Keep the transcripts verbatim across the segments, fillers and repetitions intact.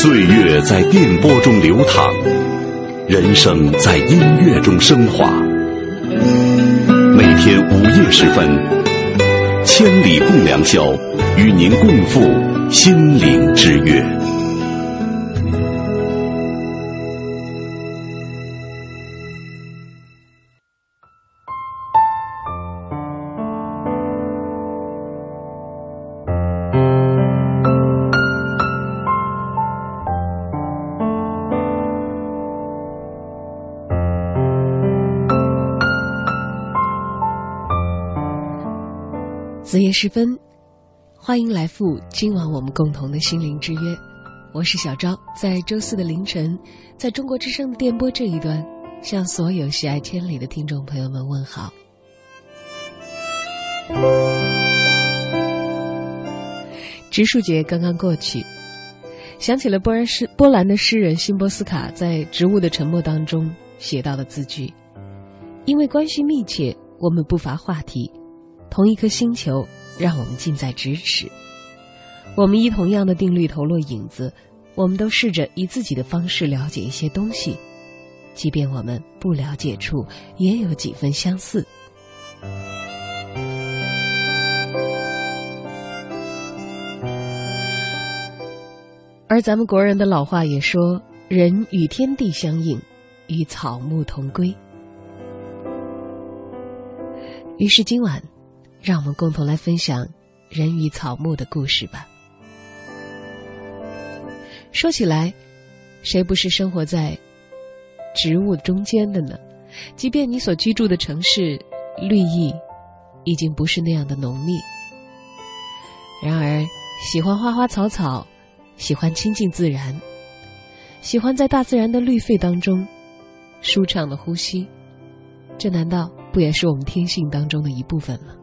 岁月在电波中流淌，人生在音乐中升华。每天午夜时分，千里共良宵，与您共赴心灵之约。 子夜时分，欢迎来赴今晚我们共同的心灵之约。我是小昭，在周四的凌晨，在中国之声的电波这一端，向所有喜爱千里的听众朋友们问好。植树节刚刚过去，想起了波尔诗波兰的诗人辛波斯卡在《植物的沉默》当中写到的字句：因为关系密切，我们不乏话题，同一颗星球让我们近在咫尺，我们依同样的定律投落影子，我们都试着以自己的方式了解一些东西，即便我们不了解处也有几分相似。而咱们国人的老话也说，人与天地相应，与草木同归。于是今晚让我们共同来分享人与草木的故事吧。说起来，谁不是生活在植物中间的呢？即便你所居住的城市绿意已经不是那样的浓密，然而喜欢花花草草，喜欢亲近自然，喜欢在大自然的绿肺当中舒畅的呼吸，这难道不也是我们天性当中的一部分吗？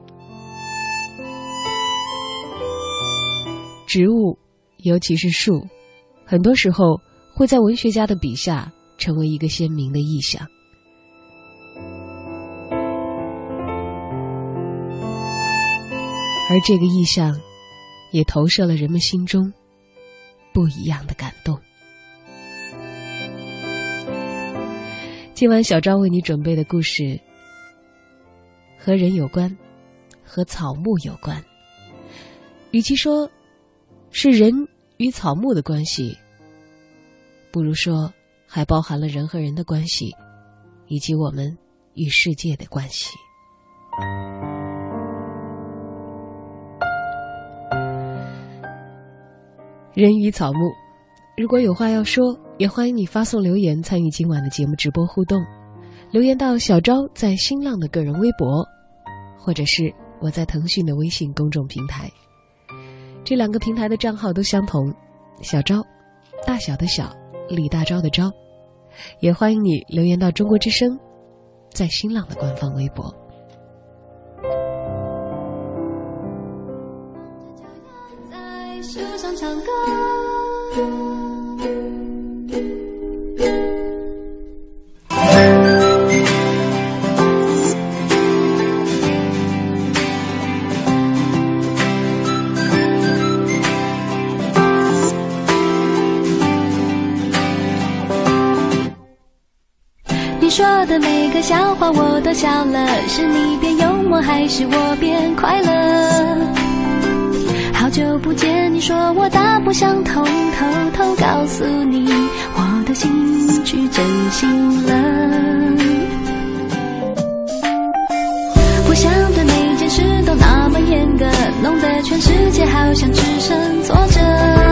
植物，尤其是树，很多时候会在文学家的笔下成为一个鲜明的意象。而这个意象也投射了人们心中不一样的感动。今晚小昭为你准备的故事和人有关，和草木有关。与其说是人与草木的关系，不如说还包含了人和人的关系，以及我们与世界的关系。人与草木，如果有话要说，也欢迎你发送留言参与今晚的节目直播互动，留言到小昭在新浪的个人微博，或者是我在腾讯的微信公众平台。这两个平台的账号都相同，小昭，大小的小，李大钊的钊。也欢迎你留言到中国之声在新浪的官方微博。 在树上唱歌，你说的每个笑话我都笑了，是你变幽默还是我变快乐？好久不见，你说我大不相同，偷偷告诉你我的兴趣真心了。不想对每件事都那么严格，弄得全世界好像只剩挫折。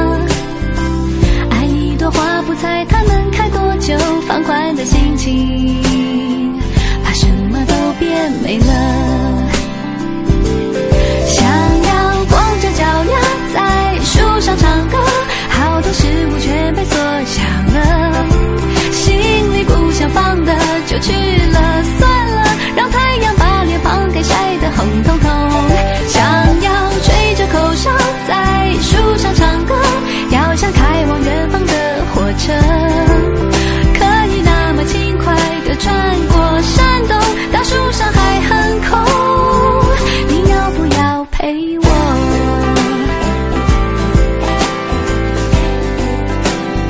爱一朵花不猜它能开多久，放宽的心情把什么都变美了。想要光着脚丫在树上唱歌，好多事物全被缩小了，心里不想放的就去了，算了，让太阳把脸庞给晒得红彤彤。想要吹着口哨在树上唱歌，要像开往远方的火车，可以那么轻快地穿过山洞，当树上还很空，你要不要陪我？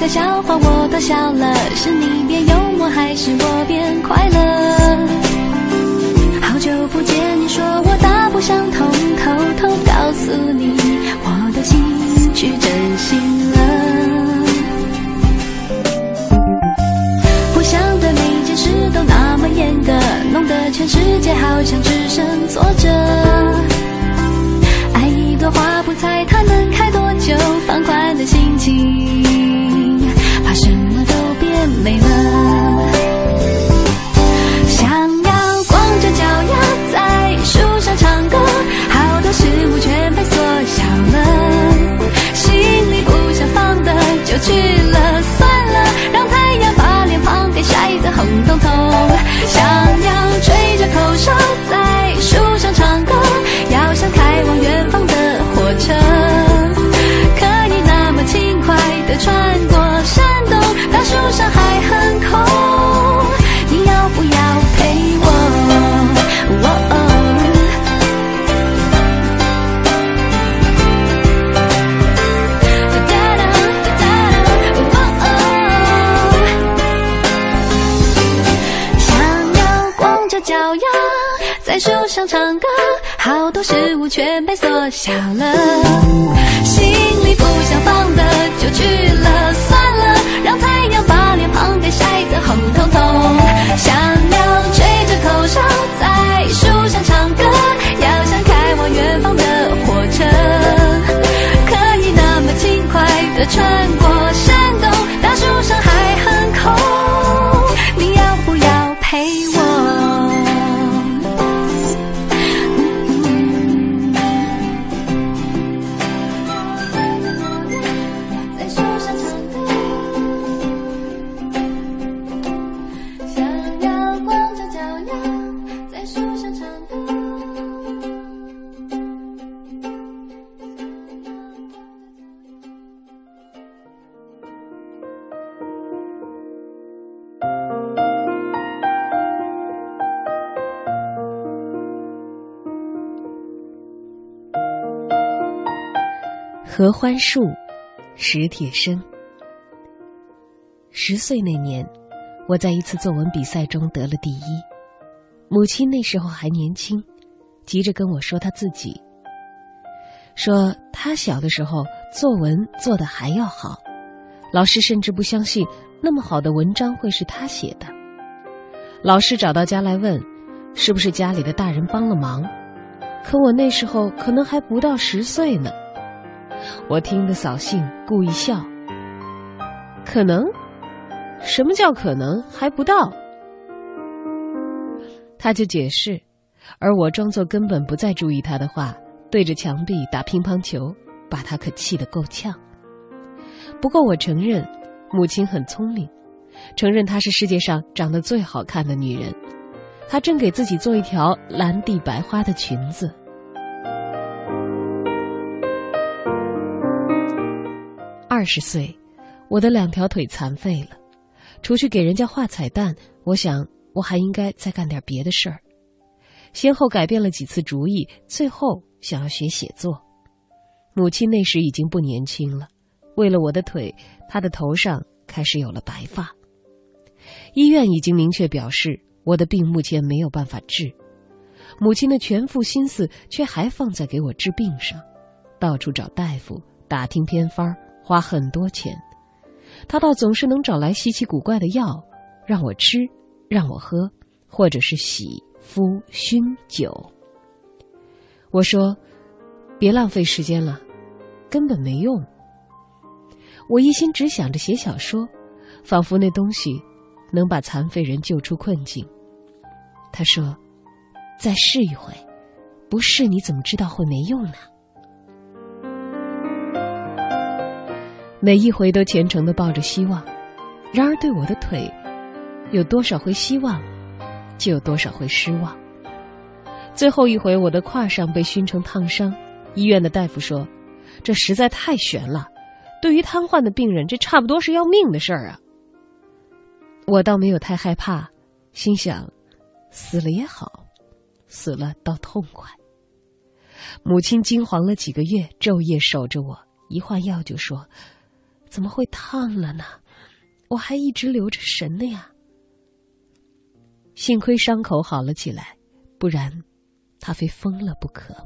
个笑话我都笑了，是你变幽默还是我变快乐？好久不见，你说我大不相同，偷偷告诉你我的情绪真心了。不想对每件事都那么严格，弄得全世界好像只剩挫折。爱一朵花不猜它能开多久，放宽的心情，怕什么都变美了。想要光着脚丫在树上唱歌，好多事物全被缩小了，心里不想放的就去了，算了，让太阳把脸庞给晒得红彤彤。想要吹着口哨在树上唱歌，要像开往远方的火车，可以那么轻快地穿过山洞，大树上还很空，你要不要陪我？哦哦脚丫在树上唱歌，好多事物全被缩小了，心里不想放的就去了，算了，让太阳把脸庞给晒得红彤彤。想要吹着口哨在树上唱歌，要像开往远方的火车，可以那么轻快地穿过山洞，大树上还很空，你要不要陪我？ 合欢树，史铁生。十岁那年，我在一次作文比赛中得了第一。母亲那时候还年轻，急着跟我说她自己，说她小的时候作文做得还要好，老师甚至不相信那么好的文章会是她写的。老师找到家来问，是不是家里的大人帮了忙？可我那时候可能还不到十岁呢。我听得扫兴，故意笑。可能？什么叫可能？还不到。他就解释，而我装作根本不再注意他的话，对着墙壁打乒乓球，把他可气得够呛。不过我承认，母亲很聪明，承认她是世界上长得最好看的女人。她正给自己做一条蓝地白花的裙子。二十岁，我的两条腿残废了，除去给人家画彩蛋，我想我还应该再干点别的事儿。先后改变了几次主意，最后想要学写作。母亲那时已经不年轻了，为了我的腿，她的头上开始有了白发。医院已经明确表示，我的病目前没有办法治，母亲的全副心思却还放在给我治病上，到处找大夫，打听偏方，花很多钱。她倒总是能找来稀奇古怪的药，让我吃，让我喝，或者是洗、敷、熏、酒。我说，别浪费时间了，根本没用。我一心只想着写小说，仿佛那东西能把残废人救出困境。他说，再试一回，不试你怎么知道会没用呢？每一回都虔诚地抱着希望，然而对我的腿，有多少回希望，就有多少回失望。最后一回，我的胯上被熏成烫伤，医院的大夫说，这实在太悬了，对于瘫痪的病人，这差不多是要命的事儿啊。我倒没有太害怕，心想，死了也好，死了倒痛快。母亲惊惶了几个月，昼夜守着我，一换药就说， 怎么会烫了呢？我还一直留着神呢呀。幸亏伤口好了起来，不然他非疯了不可。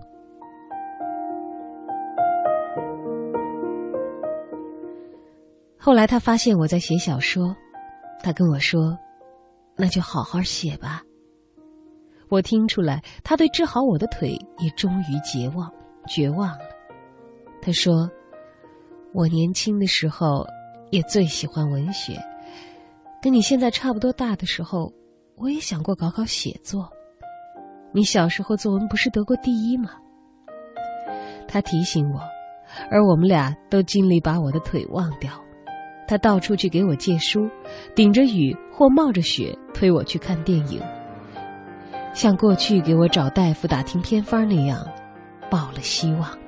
后来他发现我在写小说，他跟我说，那就好好写吧。我听出来他对治好我的腿也终于绝望绝望了。他说，我年轻的时候也最喜欢文学，跟你现在差不多大的时候，我也想过搞搞写作。你小时候作文不是得过第一吗？他提醒我，而我们俩都尽力把我的腿忘掉。他到处去给我借书，顶着雨或冒着雪推我去看电影，像过去给我找大夫打听偏方那样，抱了希望。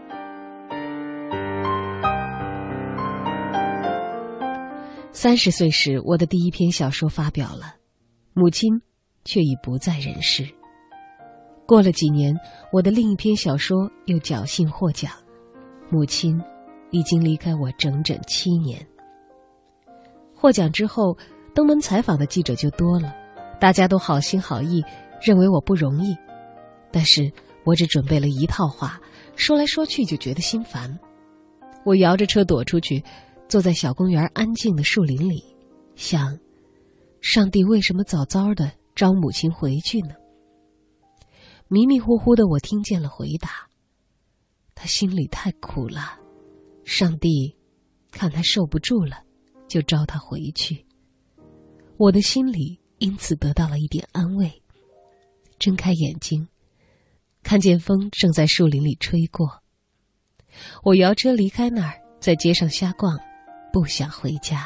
三十岁时，我的第一篇小说发表了，母亲却已不在人世。过了几年，我的另一篇小说又侥幸获奖，母亲已经离开我整整七年。获奖之后，登门采访的记者就多了，大家都好心好意，认为我不容易。但是我只准备了一套话，说来说去就觉得心烦。我摇着车躲出去，坐在小公园安静的树林里，想，上帝为什么早早的招母亲回去呢？迷迷糊糊的我听见了回答，他心里太苦了，上帝看他受不住了，就招他回去。我的心里因此得到了一点安慰。睁开眼睛，看见风正在树林里吹过。我摇车离开那儿，在街上瞎逛，不想回家。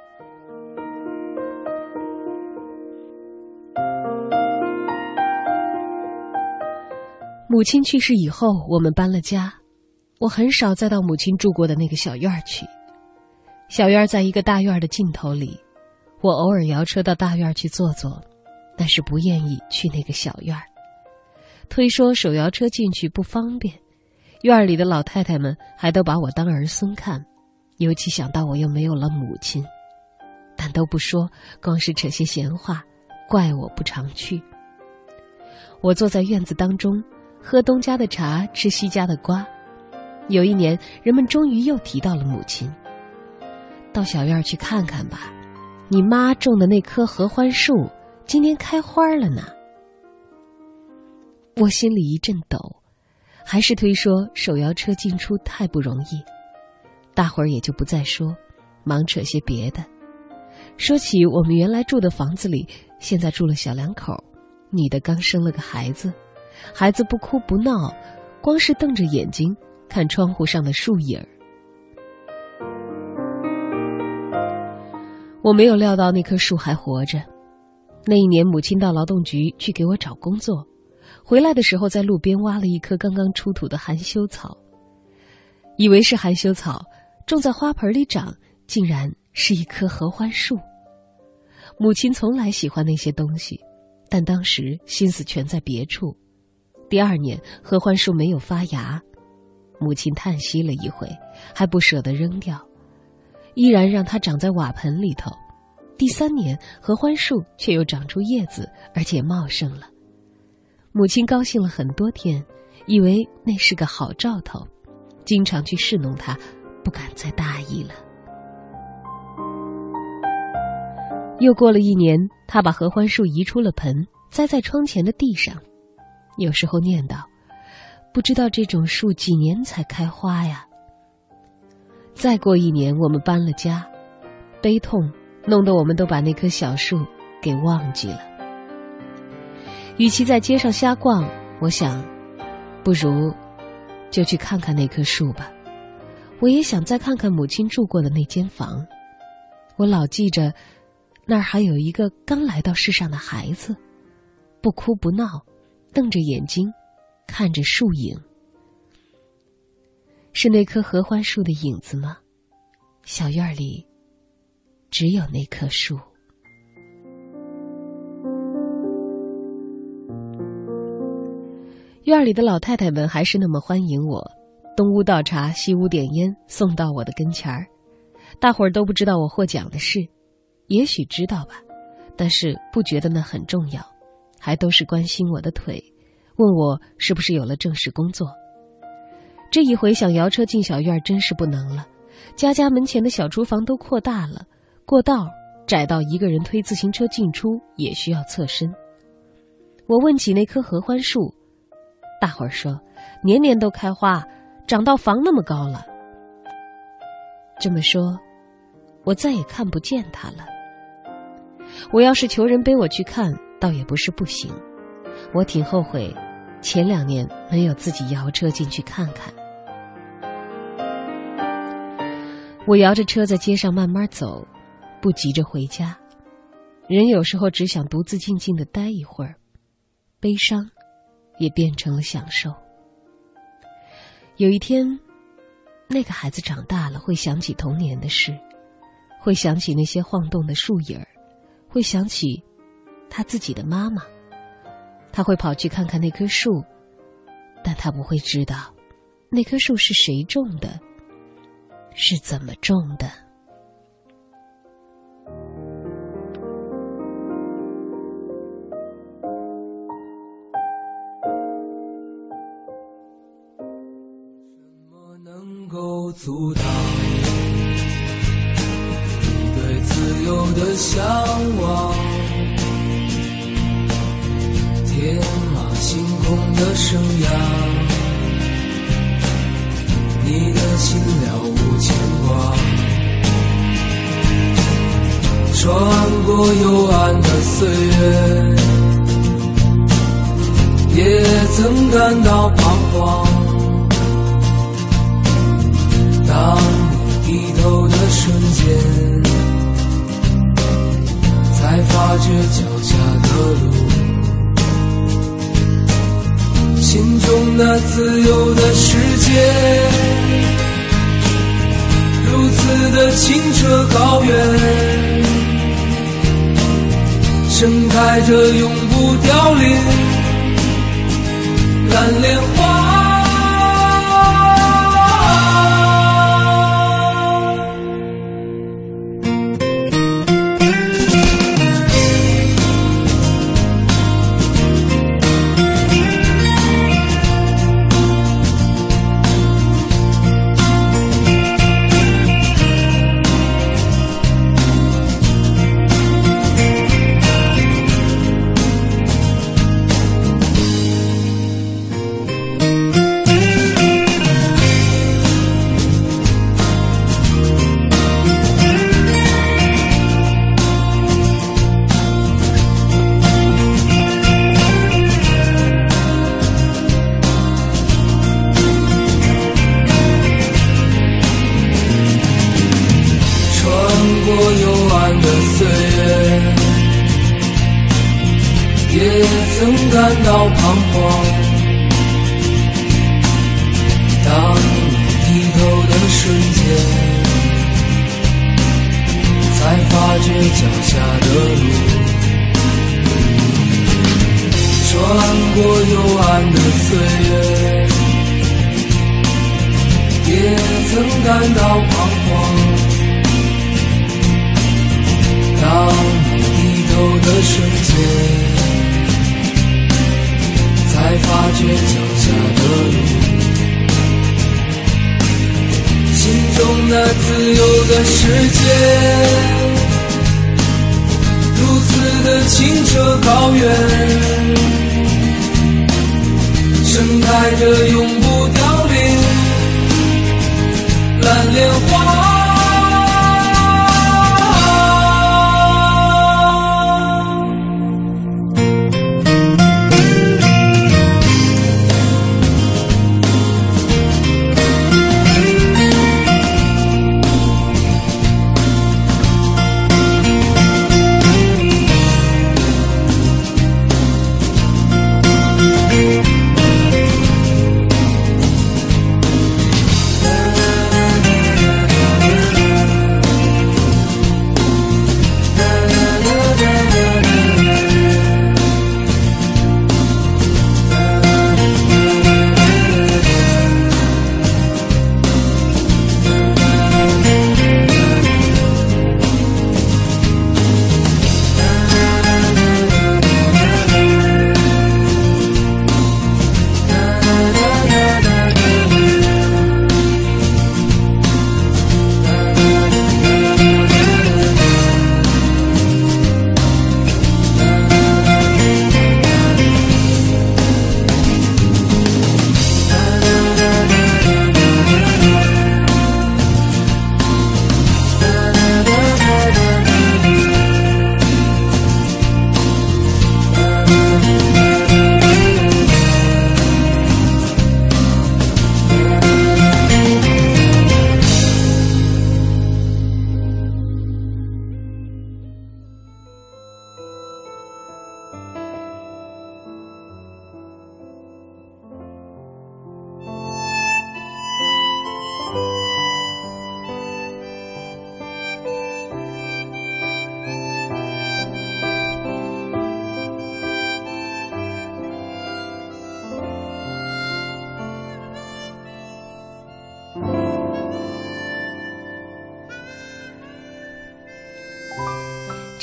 母亲去世以后，我们搬了家，我很少再到母亲住过的那个小院去。小院在一个大院的尽头里，我偶尔摇车到大院去坐坐，但是不愿意去那个小院。推说手摇车进去不方便，院里的老太太们还都把我当儿孙看，尤其想到我又没有了母亲，但都不说，光是扯些闲话，怪我不常去。我坐在院子当中，喝东家的茶，吃西家的瓜。有一年，人们终于又提到了母亲。到小院去看看吧，你妈种的那棵合欢树今年开花了呢。我心里一阵抖，还是推说手摇车进出太不容易。大伙儿也就不再说，忙扯些别的。说起我们原来住的房子里，现在住了小两口，女的刚生了个孩子，孩子不哭不闹，光是瞪着眼睛看窗户上的树影儿。我没有料到那棵树还活着。那一年母亲到劳动局去给我找工作，回来的时候在路边挖了一棵刚刚出土的含羞草，以为是含羞草，种在花盆里长，竟然是一棵合欢树。母亲从来喜欢那些东西，但当时心思全在别处。第二年合欢树没有发芽，母亲叹息了一回，还不舍得扔掉，依然让它长在瓦盆里头。第三年合欢树却又长出叶子，而且茂盛了。母亲高兴了很多天，以为那是个好兆头，经常去侍弄它，不敢再大意了。又过了一年，她把合欢树移出了盆，栽在窗前的地上。有时候念叨，不知道这种树几年才开花呀。再过一年，我们搬了家，悲痛弄得我们都把那棵小树给忘记了。与其在街上瞎逛，我想，不如就去看看那棵树吧。我也想再看看母亲住过的那间房。我老记着，那儿还有一个刚来到世上的孩子，不哭不闹，瞪着眼睛看着树影。是那棵合欢树的影子吗？小院里只有那棵树。院里的老太太们还是那么欢迎我，东屋倒茶，西屋点烟，送到我的跟前儿。 大伙儿都不知道我获奖的事，也许知道吧，但是不觉得那很重要，还都是关心我的腿，问我是不是有了正式工作。这一回想摇车进小院真是不能了，家家门前的小厨房都扩大了，过道窄到一个人推自行车进出也需要侧身。我问起那棵合欢树，大伙儿说年年都开花，长到房那么高了。这么说，我再也看不见它了。我要是求人背我去看，倒也不是不行。我挺后悔前两年没有自己摇车进去看看。我摇着车在街上慢慢走，不急着回家。人有时候只想独自静静地待一会儿，悲伤也变成了享受。有一天，那个孩子长大了，会想起童年的事，会想起那些晃动的树影儿，会想起他自己的妈妈。他会跑去看看那棵树，但他不会知道那棵树是谁种的，是怎么种的。 阻挡你对自由的向往，天马行空的生涯，你的心了无牵挂，穿过幽暗的岁月，也曾感到彷徨。当你低头的瞬间，才发觉脚下的路，心中那自由的世界，如此的清澈高远，盛开着永不凋零蓝莲花。感到彷徨，当你低头的瞬间，才发觉脚下的路，穿过幽暗的岁月，也曾感到彷徨，当你低头的瞬间，才发觉脚下的路，心中那自由的世界，如此的清澈高远，盛开着永不凋零蓝莲花。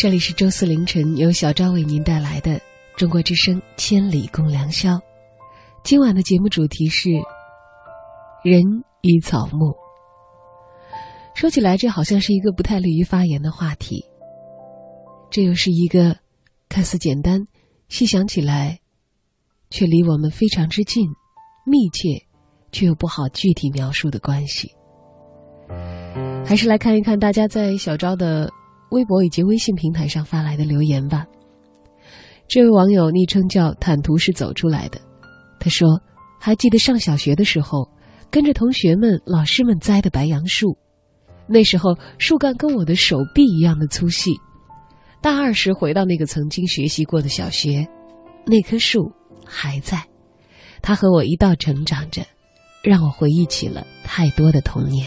这里是周四凌晨由小昭为您带来的中国之声千里共良宵。今晚的节目主题是人与草木。说起来，这好像是一个不太利于发言的话题，这又是一个看似简单，细想起来却离我们非常之近，密切却又不好具体描述的关系。还是来看一看大家在小昭的微博以及微信平台上发来的留言吧。这位网友昵称叫坦途是走出来的，他说还记得上小学的时候，跟着同学们老师们栽的白杨树，那时候树干跟我的手臂一样的粗细。大二时回到那个曾经学习过的小学，那棵树还在，它和我一道成长着，让我回忆起了太多的童年。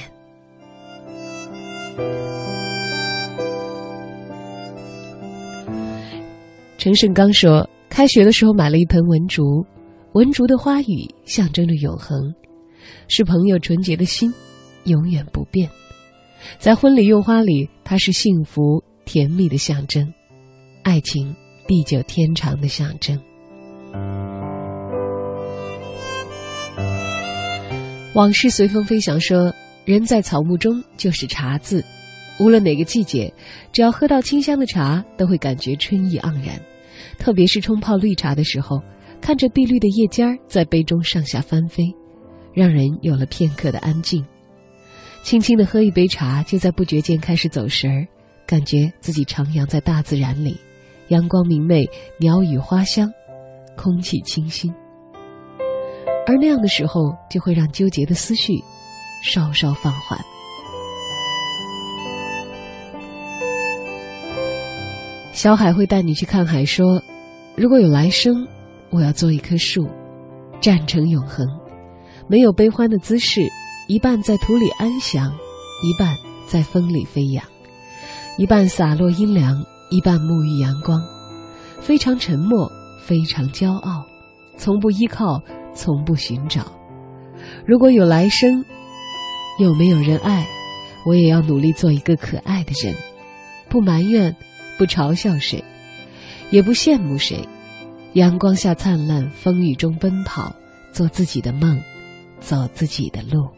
陈胜刚说，开学的时候买了一盆文竹，文竹的花语象征着永恒，是朋友纯洁的心，永远不变。在婚礼用花里，它是幸福甜蜜的象征，爱情地久天长的象征。往事随风飞翔说，人在草木中就是茶字，无论哪个季节，只要喝到清香的茶，都会感觉春意盎然。特别是冲泡绿茶的时候，看着碧绿的叶尖在杯中上下翻飞，让人有了片刻的安静。轻轻地喝一杯茶，就在不觉间开始走神儿，感觉自己徜徉在大自然里，阳光明媚，鸟语花香，空气清新。而那样的时候，就会让纠结的思绪稍稍放缓。小海会带你去看海说，如果有来生，我要做一棵树，站成永恒，没有悲欢的姿势，一半在土里安详，一半在风里飞扬，一半洒落阴凉，一半沐浴阳光，非常沉默，非常骄傲，从不依靠，从不寻找。如果有来生，有没有人爱，我也要努力做一个可爱的人，不埋怨，不嘲笑谁，也不羡慕谁，阳光下灿烂，风雨中奔跑，做自己的梦，走自己的路。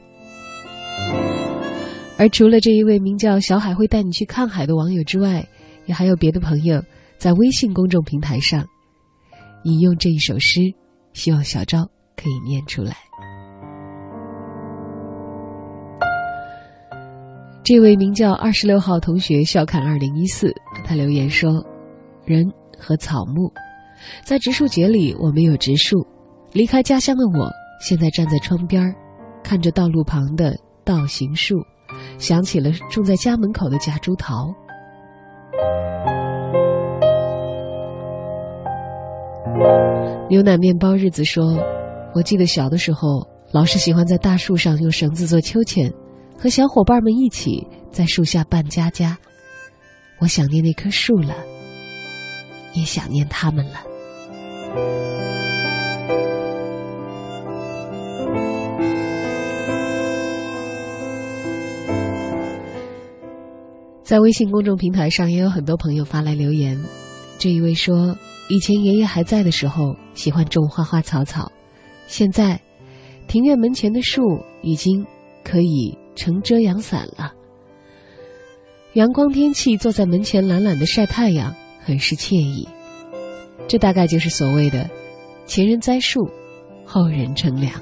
而除了这一位名叫小海会带你去看海的网友之外，也还有别的朋友在微信公众平台上引用这一首诗，希望小昭可以念出来。这位名叫二十六号同学笑看二零一四，他留言说，人和草木，在植树节里我没有植树，离开家乡的我现在站在窗边，看着道路旁的道行树，想起了种在家门口的夹竹桃。牛奶面包日子说，我记得小的时候，老是喜欢在大树上用绳子做秋千，和小伙伴们一起在树下扮家家。我想念那棵树了，也想念他们了。在微信公众平台上也有很多朋友发来留言。这一位说，以前爷爷还在的时候喜欢种花花草草，现在庭院门前的树已经可以成遮阳伞了。阳光天气，坐在门前懒懒的晒太阳，很是惬意。这大概就是所谓的前人栽树，后人乘凉。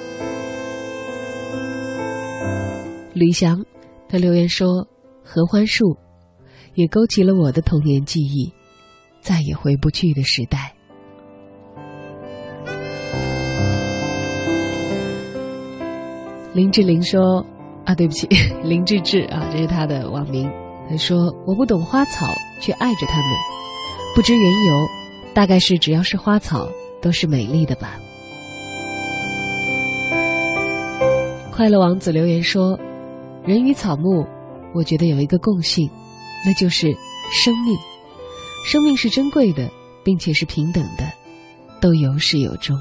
吕翔他留言说，合欢树也勾起了我的童年记忆，再也回不去的时代。林志玲说啊，对不起，林志志啊，这是他的网名。他说，我不懂花草，却爱着它们，不知缘由，大概是只要是花草都是美丽的吧。快乐王子留言说，人与草木，我觉得有一个共性，那就是生命。生命是珍贵的，并且是平等的，都有始有终。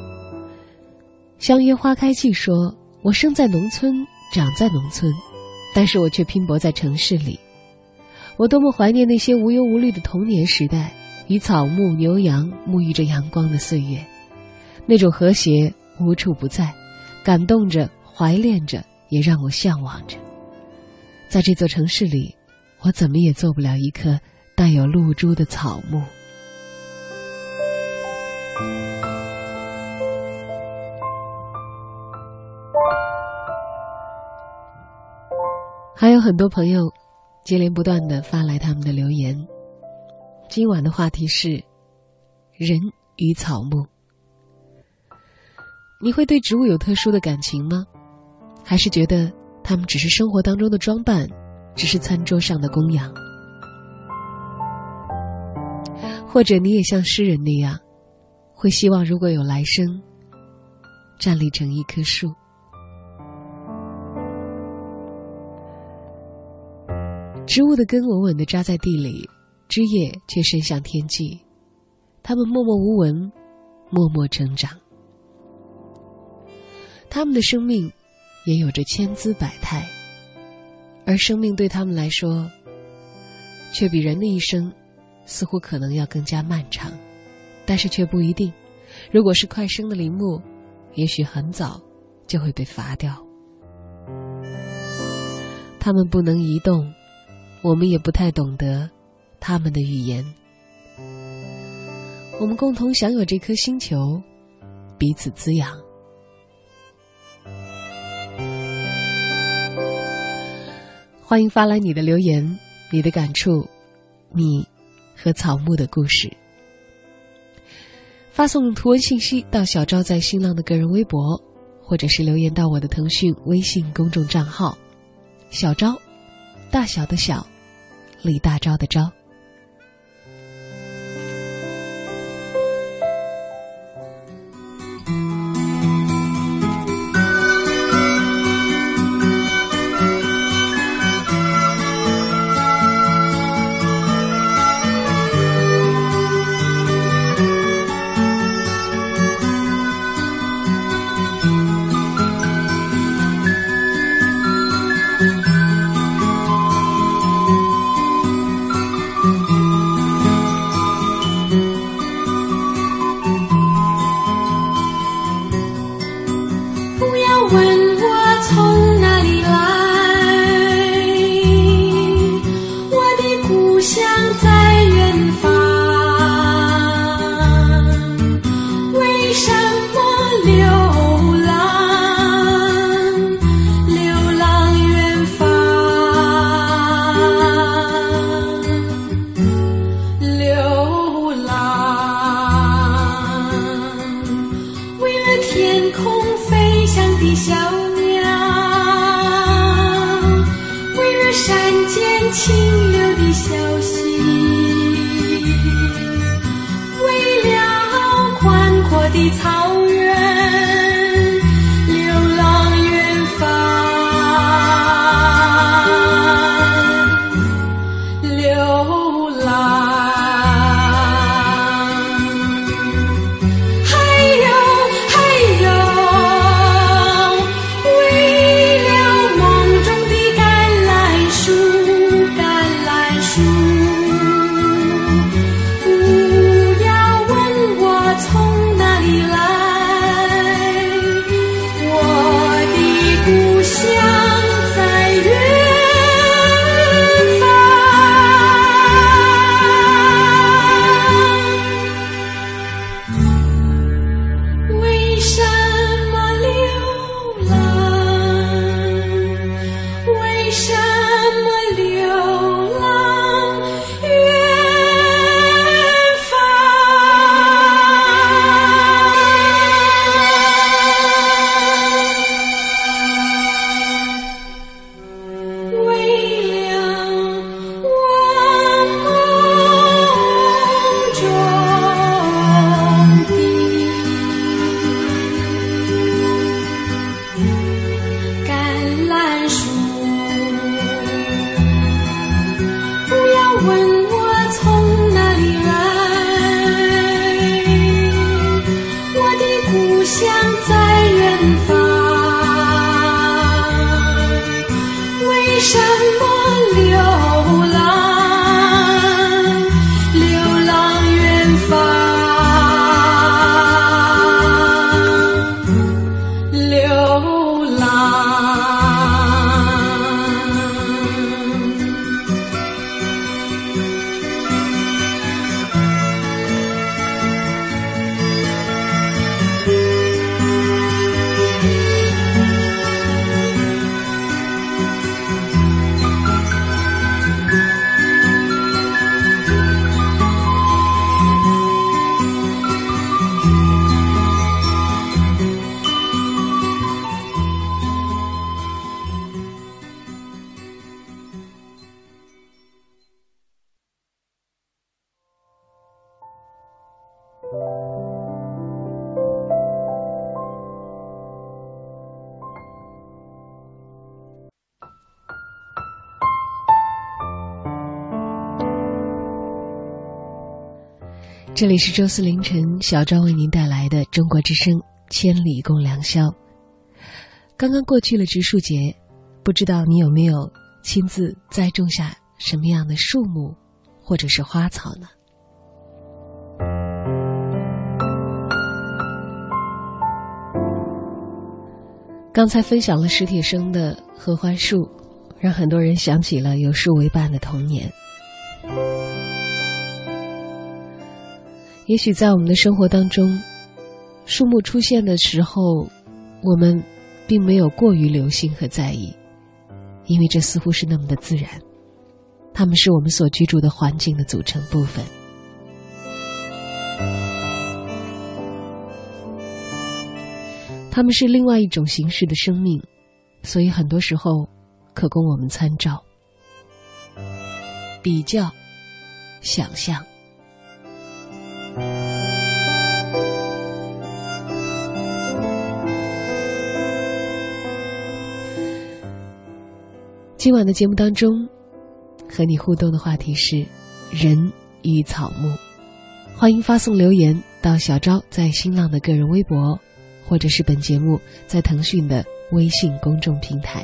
相约花开季说，我生在农村，长在农村， 但是我却拼搏在城市里。我多么怀念那些无忧无虑的童年时代，与草木牛羊沐浴着阳光的岁月，那种和谐无处不在，感动着，怀恋着，也让我向往着。在这座城市里，我怎么也做不了一棵带有露珠的草木。还有很多朋友接连不断地发来他们的留言。今晚的话题是人与草木。你会对植物有特殊的感情吗？还是觉得它们只是生活当中的装扮，只是餐桌上的供养？或者你也像诗人那样，会希望如果有来生，站立成一棵树？植物的根稳稳地扎在地里，枝叶却伸向天际，它们默默无闻，默默成长。它们的生命也有着千姿百态，而生命对他们来说，却比人的一生似乎可能要更加漫长，但是却不一定。如果是快生的林木，也许很早就会被伐掉。它们不能移动，我们也不太懂得他们的语言。我们共同享有这颗星球，彼此滋养。欢迎发来你的留言，你的感触，你和草木的故事。发送图文信息到小昭在新浪的个人微博，或者是留言到我的腾讯微信公众账号小昭，大小的小，李大钊的钊。 为什这里是周四凌晨小昭为您带来的中国之声千里共良宵。刚刚过去了植树节，不知道你有没有亲自栽种下什么样的树木或者是花草呢？刚才分享了史铁生的合欢树，让很多人想起了有树为伴的童年。也许在我们的生活当中，树木出现的时候，我们并没有过于留心和在意，因为这似乎是那么的自然，它们是我们所居住的环境的组成部分。它们是另外一种形式的生命，所以很多时候可供我们参照、比较、想象。今晚的节目当中，和你互动的话题是人与草木。欢迎发送留言到小昭在新浪的个人微博，或者是本节目在腾讯的微信公众平台。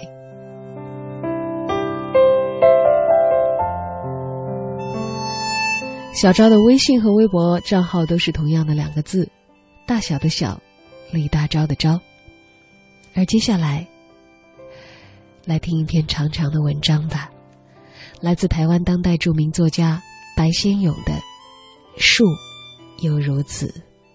小昭的微信和微博账号都是同样的两个字，大小的小，李大钊的钊。而接下来来听一篇长长的文章吧，来自台湾当代著名作家白先勇的《树犹如此》。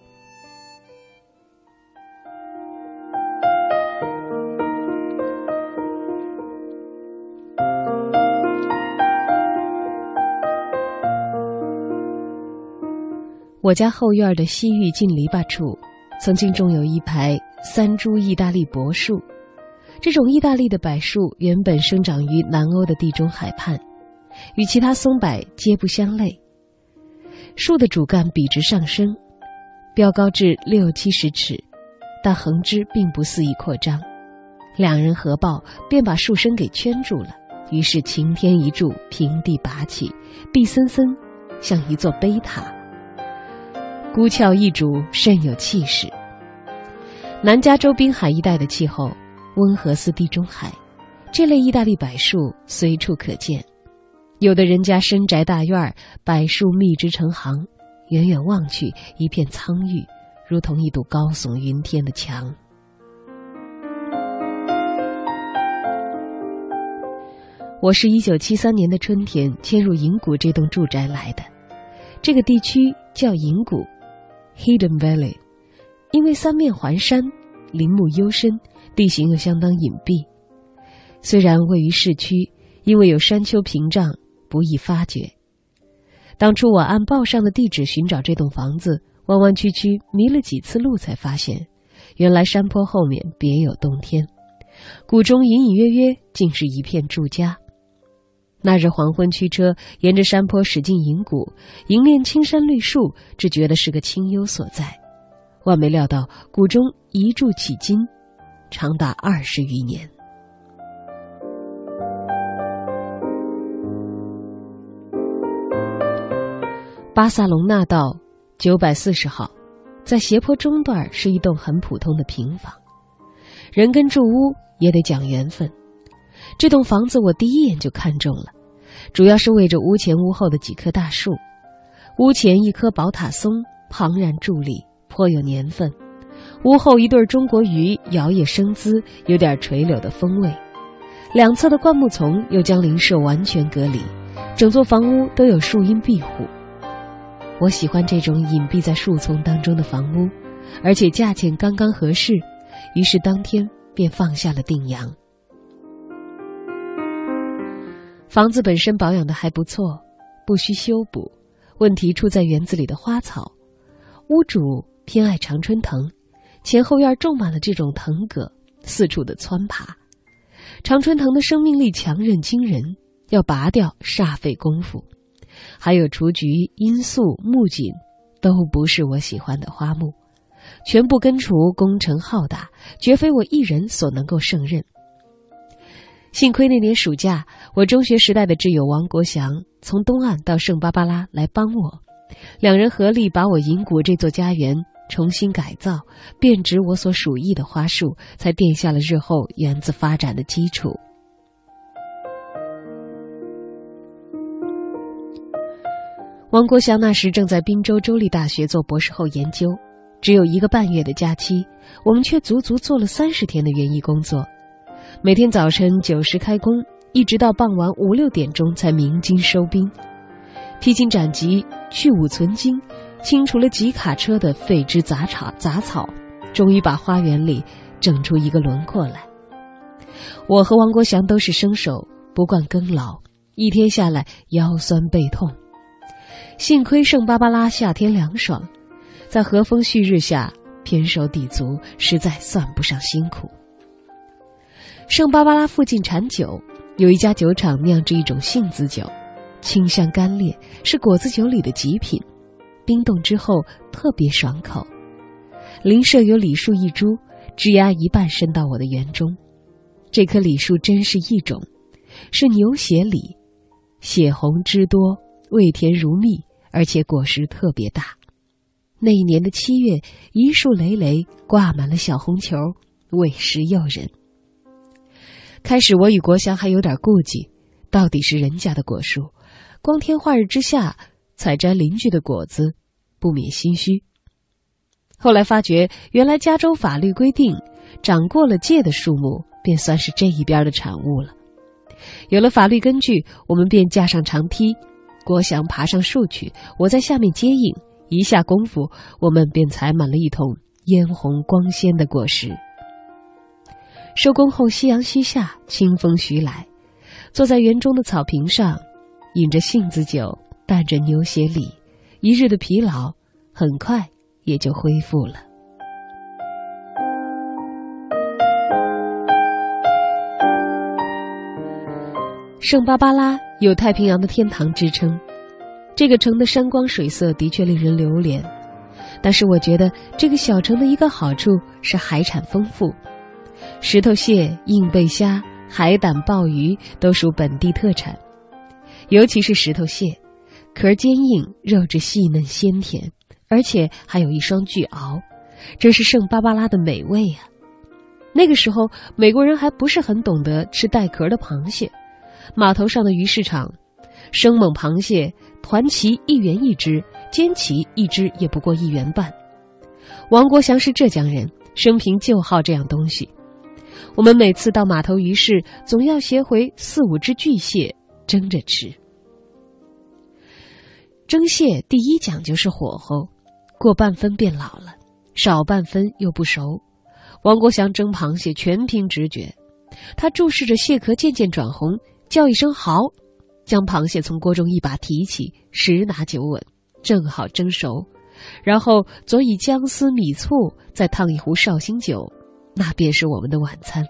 我家后院的西域近篱笆处，曾经种有一排三株意大利柏树。这种意大利的柏树原本生长于南欧的地中海畔，与其他松柏皆不相类。树的主干笔直上升，标高至六七十尺，但横枝并不肆意扩张。两人合抱，便把树身给圈住了，于是擎天一柱，平地拔起，碧森森，像一座碑塔。孤峭一主，甚有气势。南加州滨海一带的气候温和似地中海，这类意大利柏树随处可见。有的人家深宅大院，柏树密枝成行，远远望去，一片苍郁，如同一堵高耸云天的墙。我是一九七三年的春天迁入银谷这栋住宅来的。这个地区叫银谷 Hidden Valley， 因为三面环山，林木幽深，地形又相当隐蔽。虽然位于市区，因为有山丘屏障，不易发觉。当初我按报上的地址寻找这栋房子，弯弯曲曲迷了几次路，才发现原来山坡后面别有洞天，谷中隐隐约约竟是一片住家。那日黄昏驱车沿着山坡驶进银谷，迎面青山绿树，只觉得是个清幽所在。万没料到谷中一住起今，长达二十余年。巴萨隆纳道九百四十号，在斜坡中段是一栋很普通的平房。人跟住屋也得讲缘分，这栋房子我第一眼就看中了，主要是为着屋前屋后的几棵大树。屋前一棵宝塔松庞然伫立，颇有年份。屋后一对中国鱼摇曳生姿，有点垂柳的风味。两侧的灌木丛又将邻舍完全隔离，整座房屋都有树荫庇护。我喜欢这种隐蔽在树丛当中的房屋，而且价钱刚刚合适，于是当天便放下了定洋。房子本身保养得还不错，不需修补，问题出在园子里的花草。屋主偏爱常春藤，前后院种满了这种藤葛，四处的蹿爬。常春藤的生命力强韧惊人，要拔掉煞费功夫。还有雏菊、罂粟、木槿，都不是我喜欢的花木，全部根除，工程浩大，绝非我一人所能够胜任。幸亏那年暑假，我中学时代的挚友王国祥从东岸到圣巴巴拉来帮我， 两人合力把我银谷这座家园重新改造，变植我所属意的花树，才奠下了日后园子发展的基础。王国祥那时正在滨州州立大学做博士后研究，只有一个半月的假期，我们却足足做了三十天的园艺工作。每天早晨九时开工，一直到傍晚五六点钟才鸣金收兵。披荆斩棘，去芜存菁，清除了几卡车的废枝杂草杂草，终于把花园里整出一个轮廓来。我和王国祥都是生手，不惯耕劳，一天下来腰酸背痛。幸亏圣巴巴拉夏天凉爽，在和风煦日下，胼手抵足，实在算不上辛苦。圣巴巴拉附近产酒，有一家酒厂酿制一种杏子酒，清香干冽，是果子酒里的极品，冰冻之后特别爽口。邻舍有李树一株，枝丫一半伸到我的园中。这棵李树真是异种，是牛血李，血红汁多，味甜如蜜，而且果实特别大。那一年的七月，一树累累，挂满了小红球，味实诱人。开始我与国祥还有点顾忌，到底是人家的果树，光天化日之下采摘邻居的果子，不免心虚。后来发觉，原来加州法律规定，长过了界的树木便算是这一边的产物了。有了法律根据，我们便架上长梯，国祥爬上树去，我在下面接应，一下功夫，我们便采满了一桶嫣红光鲜的果实。收工后，夕阳西下，清风徐来，坐在园中的草坪上，饮着杏子酒，伴着牛血李，一日的疲劳很快也就恢复了。圣巴巴拉有太平洋的天堂之称，这个城的山光水色的确令人流连，但是我觉得这个小城的一个好处是海产丰富，石头蟹、硬贝虾、海胆、鲍鱼都属本地特产，尤其是石头蟹，壳坚硬，肉质细嫩鲜甜，而且还有一双巨螯，这是圣巴巴拉的美味啊！那个时候美国人还不是很懂得吃带壳的螃蟹，码头上的鱼市场，生猛螃蟹团鳍一元一只，尖鳍一只也不过一元半。王国祥是浙江人，生平就好这样东西。我们每次到码头鱼市，总要携回四五只巨蟹蒸着吃。蒸蟹第一讲究是火候，过半分变老了，少半分又不熟。王国祥蒸螃蟹全凭直觉，他注视着蟹壳渐渐转红，叫一声好，将螃蟹从锅中一把提起，十拿九稳，正好蒸熟，然后佐以姜丝米醋，再烫一壶绍兴酒，那便是我们的晚餐。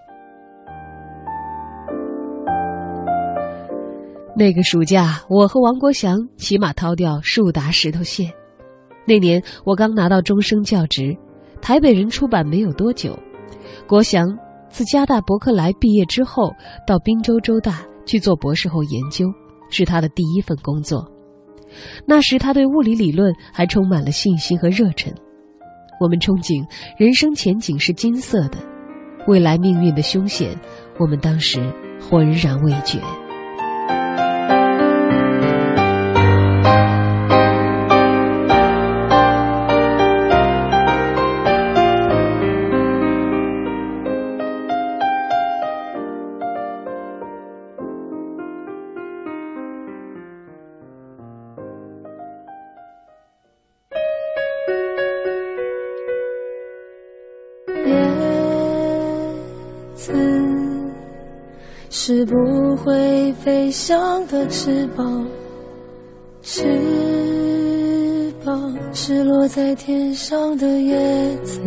那个暑假，我和王国祥骑马掏钓数打石头蟹。那年我刚拿到终生教职，台北人出版没有多久。国祥自加大伯克莱毕业之后，到宾州州大去做博士后研究，是他的第一份工作。那时他对物理理论还充满了信心和热忱。我们憧憬人生前景是金色的，未来命运的凶险，我们当时浑然未觉。 是不会飞翔的翅膀，翅膀是落在天上的叶子。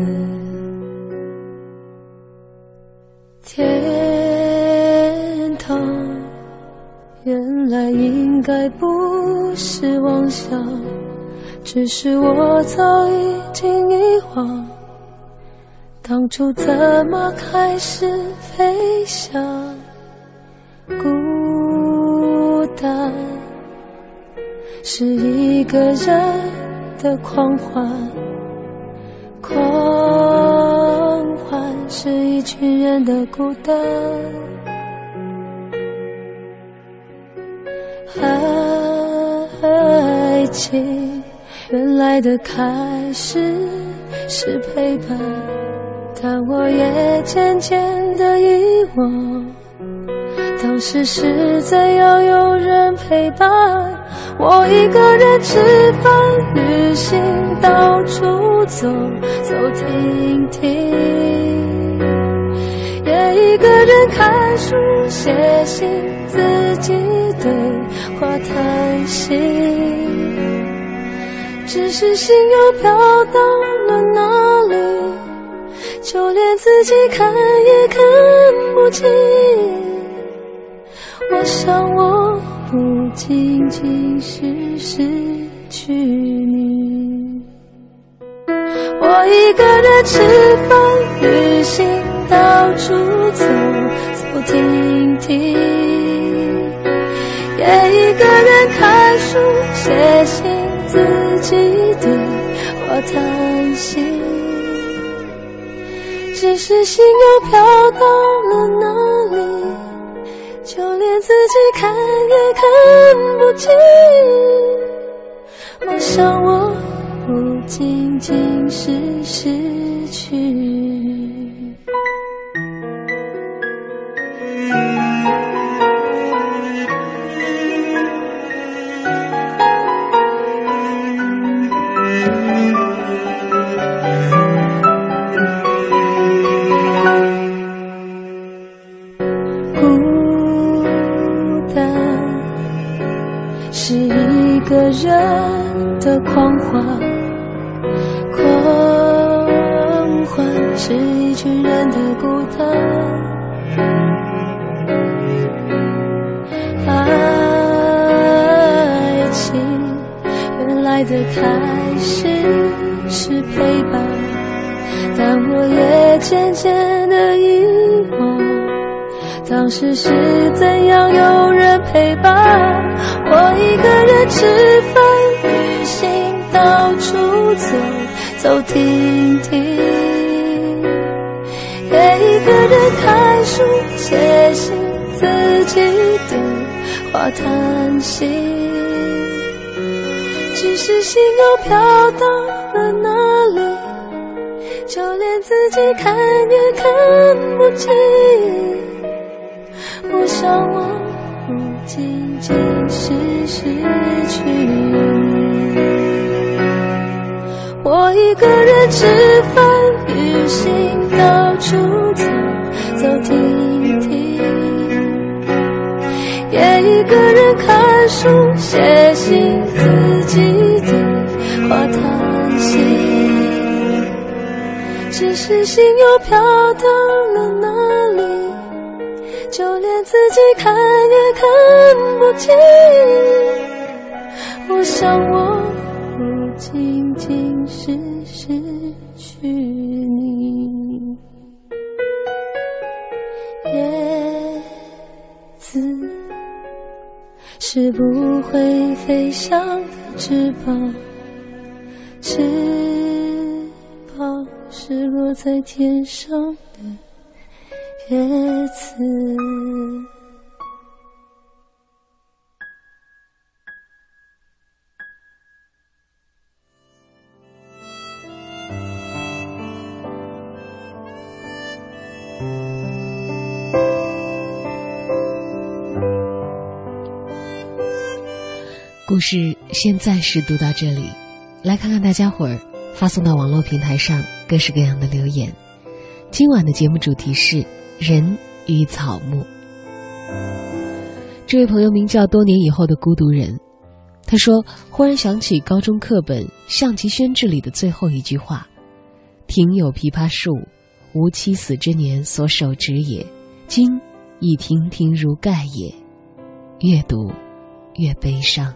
天堂原来应该不是妄想，只是我早已经遗忘，当初怎么开始飞翔。孤单是一个人的狂欢，狂欢是一群人的孤单。爱情原来的开始是陪伴，但我也渐渐地遗忘，当时是怎样有人陪伴我，一个人吃饭旅行，到处走走停停，也一个人看书写信，自己对话谈心，只是心又飘到了哪里，就连自己看也看不清。我想我不仅仅是失去你，我一个人吃饭旅行，到处走走停停，也一个人看书写信，自己对话谈心，只是心又飘到了哪里，就连自己看也看不清。我想我不仅仅是失去你。是一个人的狂欢，狂欢是一群人的孤单。爱情原来的开始是陪伴，但我也渐渐地遗忘，当时是怎样有人陪伴我，一个人吃饭旅行，到处走走停停，也一个人看书写信，自己对话谈心，只是心又飘到了哪里，就连自己看也看不清。我想我不仅仅是失去你，我一个人吃饭旅行，到处走走停停，也一个人看书写信，自己对话谈心，只是心又飘到了哪里，就连自己看也看不清。我想我不仅仅是失去你，叶子是不会飞翔的翅膀，翅膀是落在天上的叶子。 故事现在是读到这里，来看看大家伙儿发送到网络平台上各式各样的留言。今晚的节目主题是人与草木。这位朋友名叫多年以后的孤独人，他说忽然想起高中课本《象棋宣志》里的最后一句话，庭有枇杷树，吾妻死之年所手植也，今已亭亭如盖也。越读越悲伤。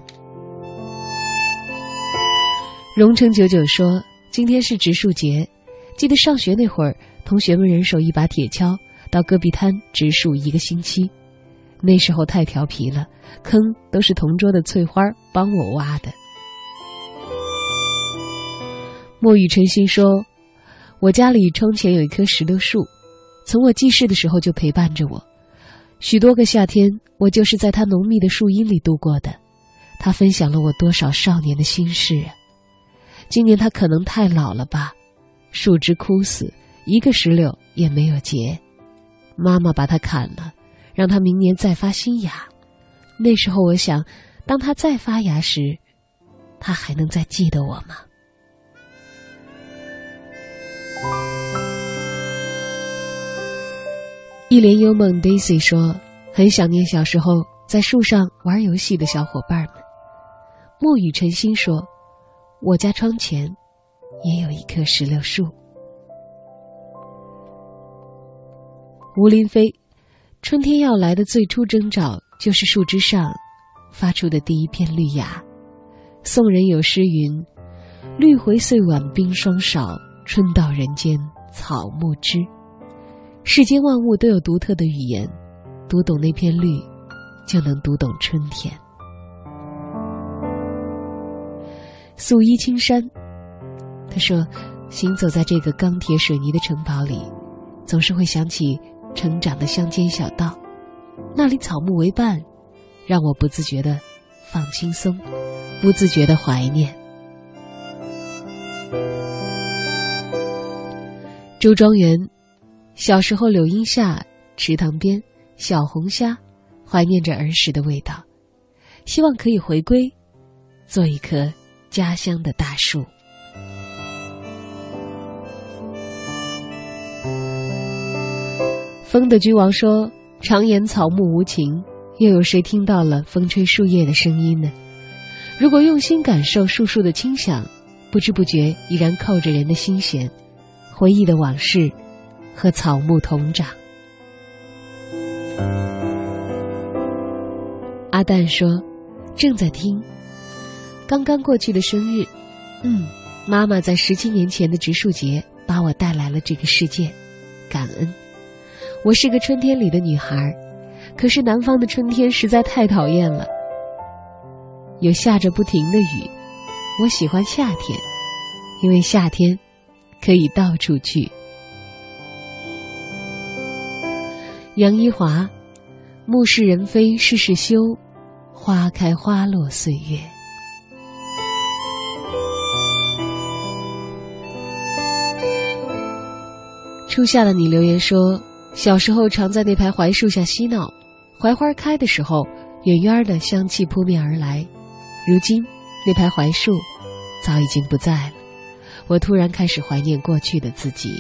荣成九九说，今天是植树节，记得上学那会儿，同学们人手一把铁锹，到戈壁滩植树一个星期。 那时候太调皮了，坑都是同桌的翠花帮我挖的。墨雨晨曦说，我家里窗前有一棵石榴树，从我记事的时候就陪伴着我，许多个夏天我就是在它浓密的树荫里度过的。它分享了我多少少年的心事啊！今年它可能太老了吧，树枝枯死，一个石榴也没有结。妈妈把它砍了，让它明年再发新芽。那时候我想，当它再发芽时，它还能再记得我吗？一帘幽梦 Daisy 说，很想念小时候在树上玩游戏的小伙伴们。墨雨晨曦说，我家窗前也有一棵石榴树。吴林飞，春天要来的最初征兆就是树枝上发出的第一片绿芽。宋人有诗云，绿回岁晚冰霜少，春到人间草木知。世间万物都有独特的语言，读懂那片绿，就能读懂春天。素衣青山，他说，行走在这个钢铁水泥的城堡里，总是会想起成长的乡间小道，那里草木为伴，让我不自觉地放轻松，不自觉地怀念。周庄园，小时候柳荫下，池塘边，小红虾，怀念着儿时的味道，希望可以回归，做一棵家乡的大树。风的君王说，常言草木无情，又有谁听到了风吹树叶的声音呢？如果用心感受树树的清响，不知不觉依然扣着人的心弦，回忆的往事和草木同长。阿蛋说，正在听刚刚过去的生日，嗯，妈妈在十七年前的植树节把我带来了这个世界，感恩。我是个春天里的女孩，可是南方的春天实在太讨厌了，有下着不停的雨。我喜欢夏天，因为夏天可以到处去。杨一华，物是人非事事休，花开花落岁月。初夏的你留言说，小时候常在那排槐树下嬉闹，槐花开的时候，远远的香气扑面而来。如今那排槐树早已经不在了，我突然开始怀念过去的自己。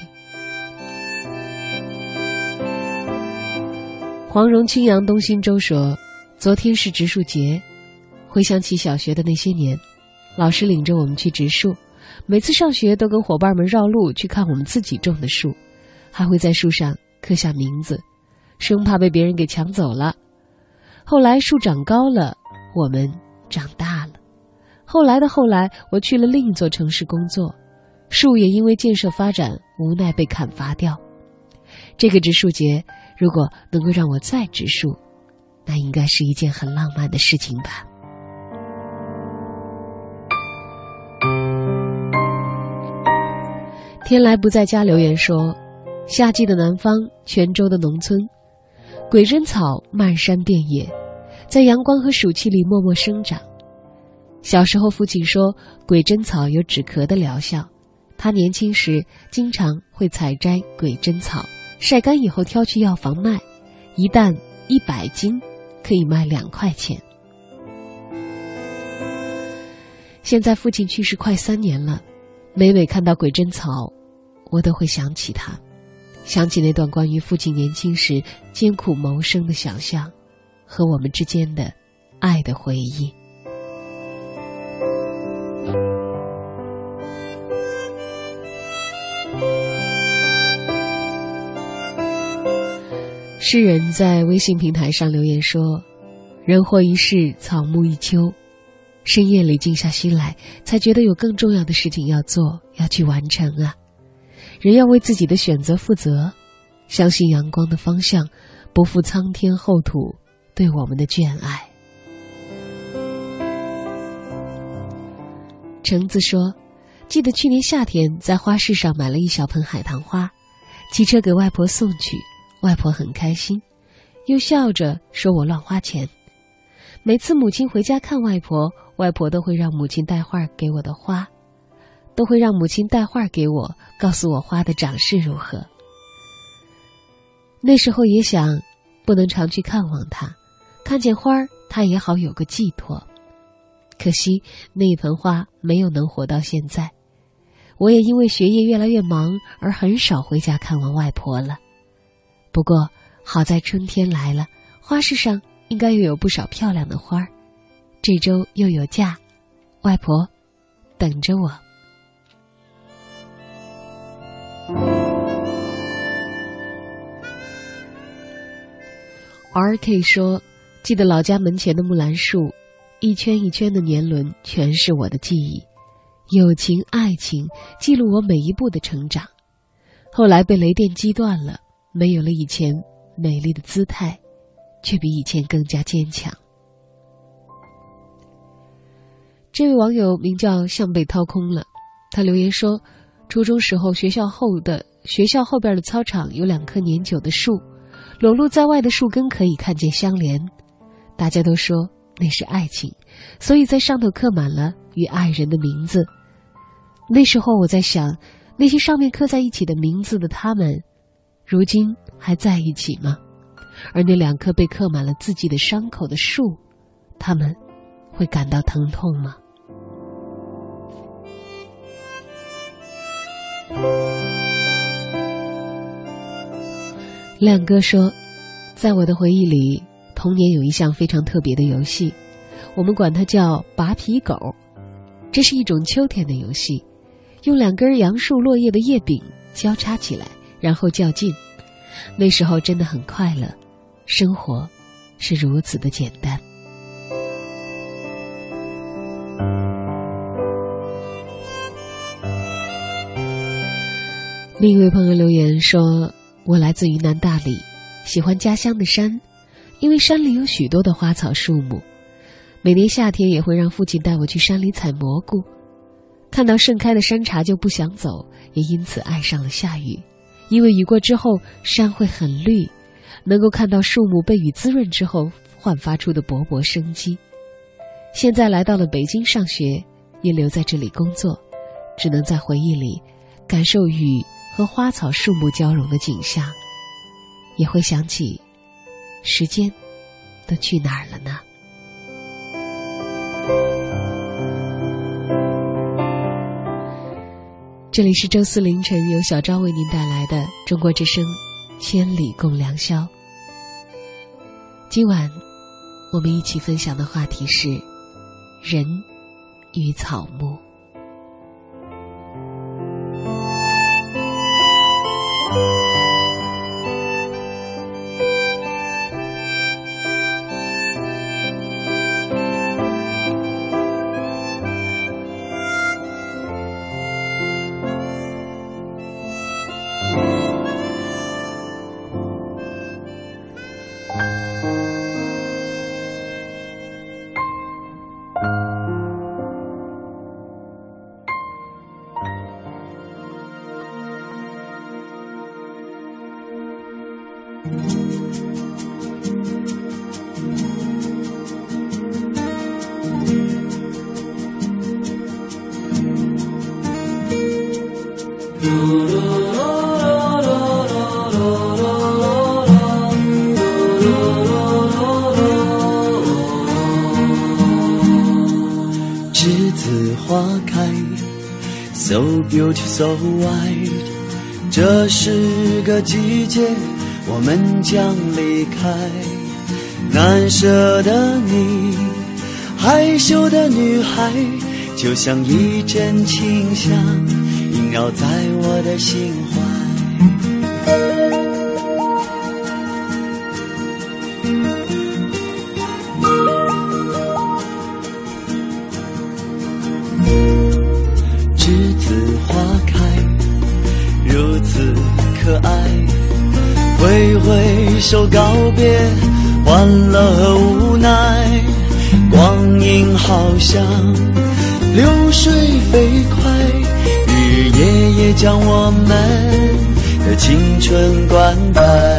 黄蓉青阳东新洲说，昨天是植树节，回想起小学的那些年，老师领着我们去植树，每次上学都跟伙伴们绕路去看我们自己种的树，还会在树上刻下名字，生怕被别人给抢走了。后来树长高了，我们长大了。后来的后来，我去了另一座城市工作，树也因为建设发展无奈被砍伐掉。这个植树节如果能够让我再植树，那应该是一件很浪漫的事情吧。天来不在家留言说，夏季的南方，泉州的农村，鬼针草漫山遍野，在阳光和暑气里默默生长。小时候父亲说，鬼针草有止咳的疗效，他年轻时经常会采摘鬼针草，晒干以后挑去药房卖，一担一百斤，可以卖两块钱。现在父亲去世快三年了，每每看到鬼针草，我都会想起他，想起那段关于父亲年轻时艰苦谋生的想象，和我们之间的爱的回忆。诗人在微信平台上留言说，人活一世，草木一秋，深夜里静下心来，才觉得有更重要的事情要做，要去完成啊。人要为自己的选择负责，相信阳光的方向，不负苍天厚土， 对我们的眷爱。橙子说，记得去年夏天在花市上买了一小盆海棠花，骑车给外婆送去，外婆很开心，又笑着说我乱花钱。每次母亲回家看外婆，外婆都会让母亲带画给我的花，都会让母亲带画给我，告诉我花的长势如何。那时候也想，不能常去看望她，看见花儿，她也好有个寄托。可惜那一盆花没有能活到现在，我也因为学业越来越忙而很少回家看望外婆了。不过好在春天来了，花市上应该又有不少漂亮的花儿。这周又有假，外婆等着我。R K 说，记得老家门前的木兰树，一圈一圈的年轮全是我的记忆，友情爱情记录我每一步的成长。后来被雷电击断了，没有了以前美丽的姿态，却比以前更加坚强。这位网友名叫像被掏空了，他留言说，初中时候学校后的学校后边的操场有两棵年久的树，裸露在外的树根可以看见相连，大家都说那是爱情，所以在上头刻满了与爱人的名字。那时候我在想，那些上面刻在一起的名字的他们，如今还在一起吗？而那两棵被刻满了自己的伤口的树，他们会感到疼痛吗？亮哥说，在我的回忆里，童年有一项非常特别的游戏，我们管它叫拔皮狗。这是一种秋天的游戏，用两根杨树落叶的叶柄交叉起来，然后较劲。那时候真的很快乐，生活是如此的简单。另一位朋友留言说，我来自云南大理，喜欢家乡的山，因为山里有许多的花草树木，每年夏天也会让父亲带我去山里采蘑菇，看到盛开的山茶就不想走，也因此爱上了下雨，因为雨过之后山会很绿，能够看到树木被雨滋润之后焕发出的勃勃生机。现在来到了北京上学，也留在这里工作，只能在回忆里感受雨和花草树木交融的景象，也会想起时间都去哪儿了呢？这里是周四凌晨由小昭为您带来的中国之声千里共良宵。今晚我们一起分享的话题是人与草木。 栀子花开 So beautiful, so white 这是个季节我们将离开难舍的你害羞的女孩就像一阵清香萦绕在我的心怀栀子花开如此可爱挥挥手告别花欢乐和无奈，光阴好像流水飞快，日夜也将我们的青春灌溉。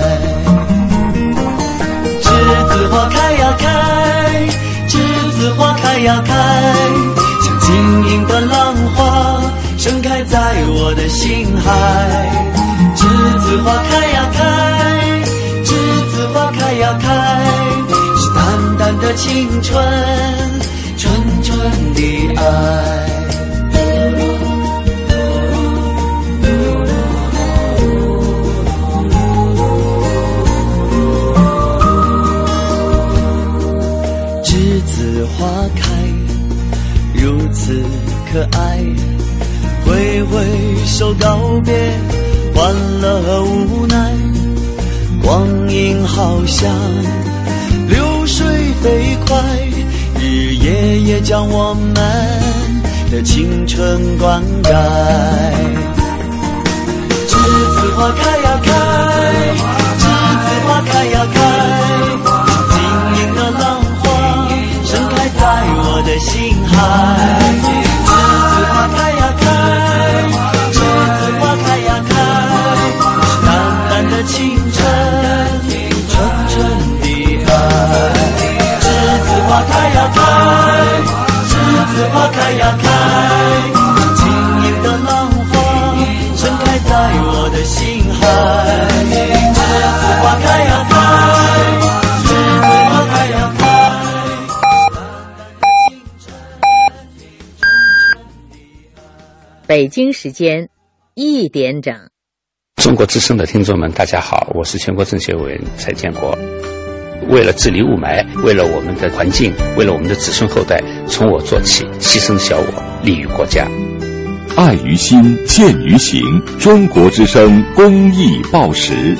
栀子花开呀开，栀子花开呀开，像晶莹的浪花盛开在我的心海。栀子花开呀开，栀子花开呀开，是淡淡的青春，纯纯的爱。栀子花开，如此可爱，挥挥手告别欢乐和无奈，光阴好像流水飞快，日夜也将我们的青春灌溉。栀子花开呀开，栀子花开呀开，晶莹的浪花盛开在我的心海。栀子花开呀开，栀子花开呀开，是淡淡的青春，纯纯的爱。栀子花开呀开，栀子花开呀开，晶莹的浪花盛开在我的心海。栀子花开呀开，栀子花开呀开。 北京时间一点整。 中国之声的听众们，大家好，我是全国政协委员蔡建国。为了治理雾霾，为了我们的环境，为了我们的子孙后代，从我做起，牺牲小我，利于国家。 爱于心，见于行。中国之声公益报时。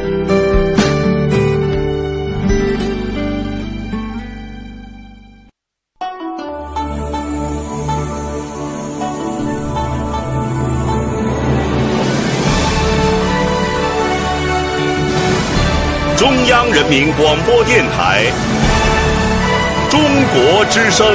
中央人民广播电台中国之声。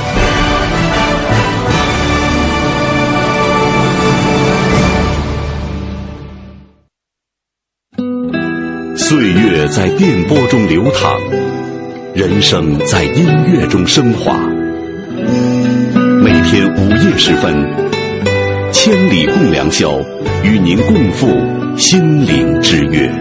岁月在电波中流淌，人生在音乐中升华。每天午夜时分，千里共良宵，与您共赴心灵之约。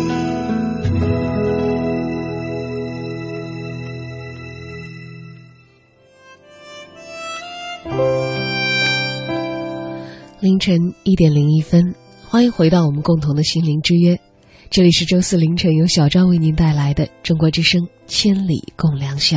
凌晨一点零一分，欢迎回到我们共同的心灵之约。这里是周四凌晨由小昭为您带来的中国之声千里共良宵。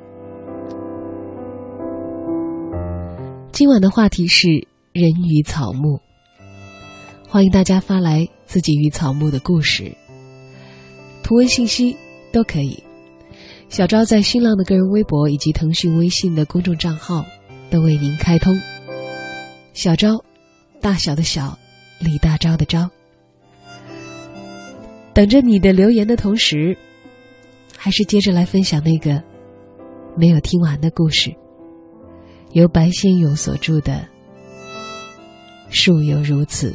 今晚的话题是人与草木，欢迎大家发来自己与草木的故事，图文信息都可以。小昭在新浪的个人微博以及腾讯微信的公众账号都为您开通。小昭，大小的小，李大钊的钊。等着你的留言的同时，还是接着来分享那个没有听完的故事，由白先勇所著的《树犹如此》。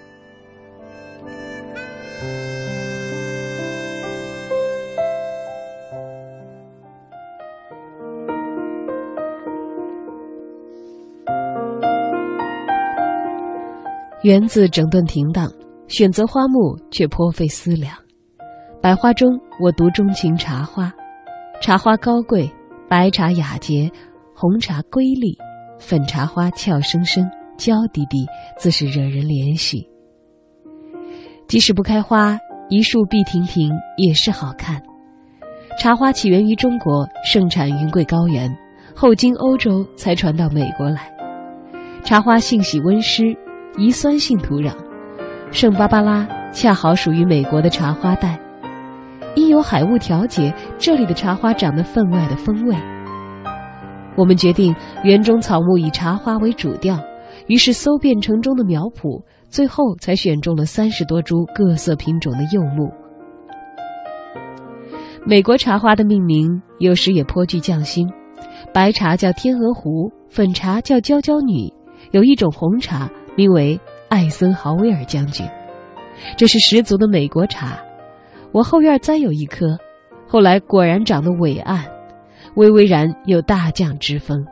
园子整顿停当，选择花木却颇费思量。百花中，我独钟情茶花。茶花高贵，白茶雅洁，红茶瑰丽，粉茶花俏生生，娇滴滴，自是惹人怜惜。即使不开花，一树碧亭亭也是好看。茶花起源于中国，盛产云贵高原，后经欧洲才传到美国来。茶花性喜温湿，宜酸性土壤，圣巴巴拉恰好属于美国的茶花带。因有海雾调节，这里的茶花长得分外的风味。我们决定园中草木以茶花为主调，于是搜遍城中的苗圃，最后才选中了三十多株各色品种的柚木。 美国茶花的命名有时也颇具匠心，白茶叫天鹅湖，粉茶叫娇娇女，有一种红茶名为艾森豪威尔将军，这是十足的美国茶。我后院栽有一棵，后来果然长得伟岸，微微然有大将之风。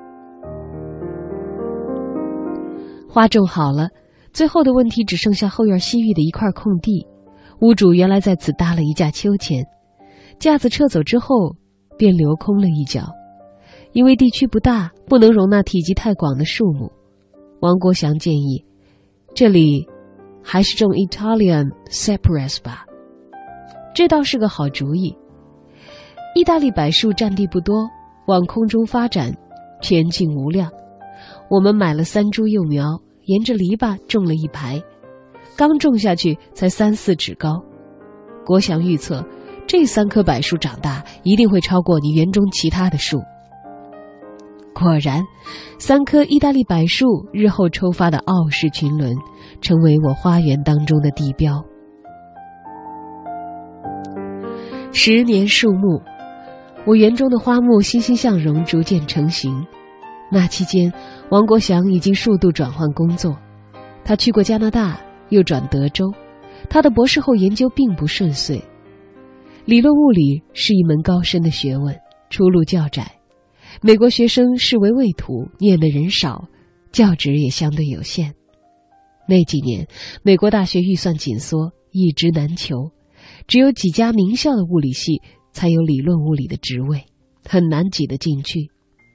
花种好了，最后的问题只剩下后院西域的一块空地，屋主原来在此搭了一架秋千，架子撤走之后便留空了一角，因为地区不大，不能容纳体积太广的树木。王国祥建议，这里还是种 Italian cypress 吧，这倒是个好主意。意大利柏树占地不多，往空中发展，前景无量。我们买了三株幼苗，沿着篱笆种了一排，刚种下去才三四指高。国祥预测，这三棵柏树长大一定会超过你园中其他的树。果然，三棵意大利柏树日后抽发的傲视群伦，成为我花园当中的地标。十年树木，我园中的花木欣欣向荣，逐渐成型。那期间，王国祥已经数度转换工作，他去过加拿大，又转德州，他的博士后研究并不顺遂。理论物理是一门高深的学问，出路较窄，美国学生视为畏途，念的人少，教职也相对有限。那几年，美国大学预算紧缩，一职难求，只有几家名校的物理系才有理论物理的职位，很难挤得进去。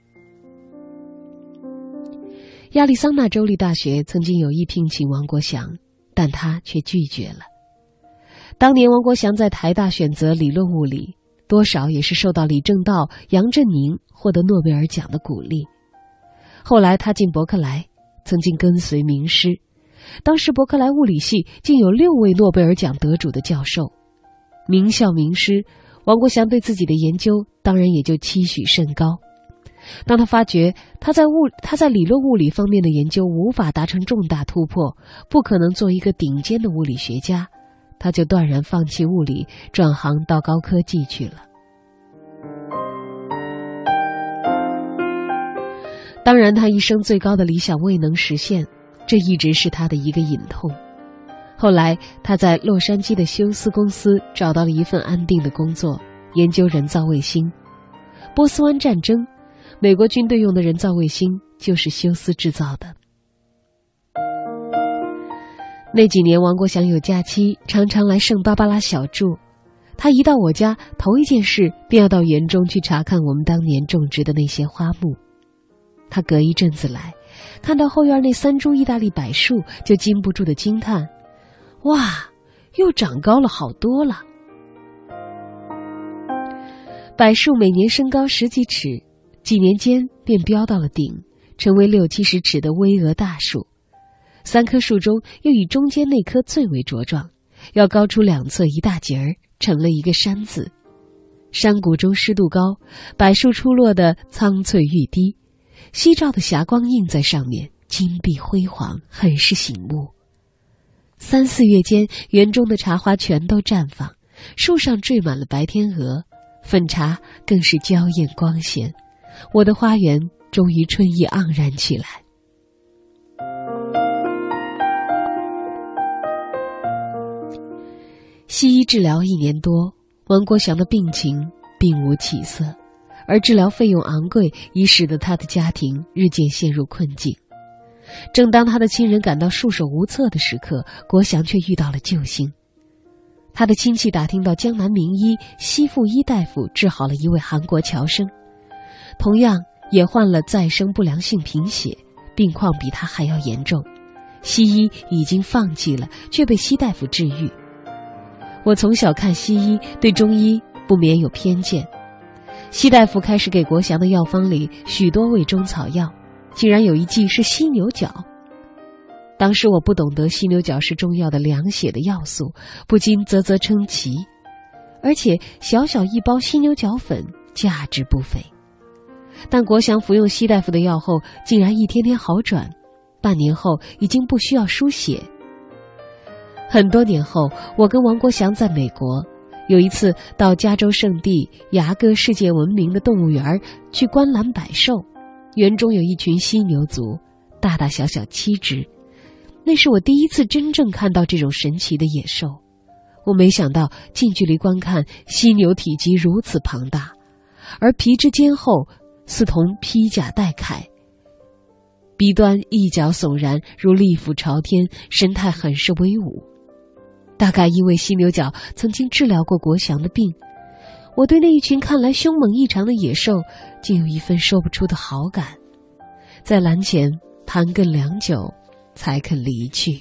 亚利桑那州立大学曾经有意聘请王国祥，但他却拒绝了。当年王国祥在台大选择理论物理，多少也是受到李政道、杨振宁获得诺贝尔奖的鼓励。后来他进伯克莱，曾经跟随名师，当时伯克莱物理系竟有六位诺贝尔奖得主的教授。名校名师，王国祥对自己的研究当然也就期许甚高。当他发觉他在物他在理论物理方面的研究无法达成重大突破，不可能做一个顶尖的物理学家，他就断然放弃物理，转行到高科技去了。当然他一生最高的理想未能实现，这一直是他的一个隐痛。后来他在洛杉矶的休斯公司找到了一份安定的工作，研究人造卫星。波斯湾战争，美国军队用的人造卫星就是休斯制造的。那几年王国祥有假期，常常来圣巴巴拉小住。他一到我家，头一件事便要到园中去查看我们当年种植的那些花木。他隔一阵子来，看到后院那三株意大利柏树，就禁不住的惊叹：哇，又长高了好多了。柏树每年升高十几尺，几年间便飙到了顶，成为六七十尺的巍峨大树。三棵树中又以中间那棵最为茁壮，要高出两侧一大截儿，成了一个山字。山谷中湿度高，柏树出落的苍翠欲滴，夕照的霞光映在上面，金碧辉煌，很是醒目。三四月间，园中的茶花全都绽放，树上缀满了白天鹅，粉茶更是娇艳光鲜。我的花园终于春意盎然起来。西医治疗一年多，王国祥的病情并无起色，而治疗费用昂贵，已使得他的家庭日渐陷入困境。正当他的亲人感到束手无策的时刻，国祥却遇到了救星。他的亲戚打听到江南名医西富一大夫治好了一位韩国侨生，同样也患了再生不良性贫血，病况比他还要严重。西医已经放弃了，却被西大夫治愈。我从小看西医，对中医不免有偏见。西大夫开始给国祥的药方里许多味中草药，竟然有一剂是犀牛角。当时我不懂得犀牛角是中药的凉血的要素，不禁啧啧称奇。而且小小一包犀牛角粉价值不菲。但国祥服用西大夫的药后，竟然一天天好转，半年后已经不需要输血。很多年后，我跟王国祥在美国， 有一次到加州圣地雅各世界闻名的动物园去观览百兽，园中有一群犀牛族，大大小小七只。那是我第一次真正看到这种神奇的野兽。我没想到近距离观看犀牛体积如此庞大，而皮质坚厚，似同披甲戴铠，鼻端一角悚然，如立斧朝天，神态很是威武。大概因为犀牛角曾经治疗过国祥的病，我对那一群看来凶猛异常的野兽竟有一份说不出的好感。在栏前盘亘良久，才肯离去。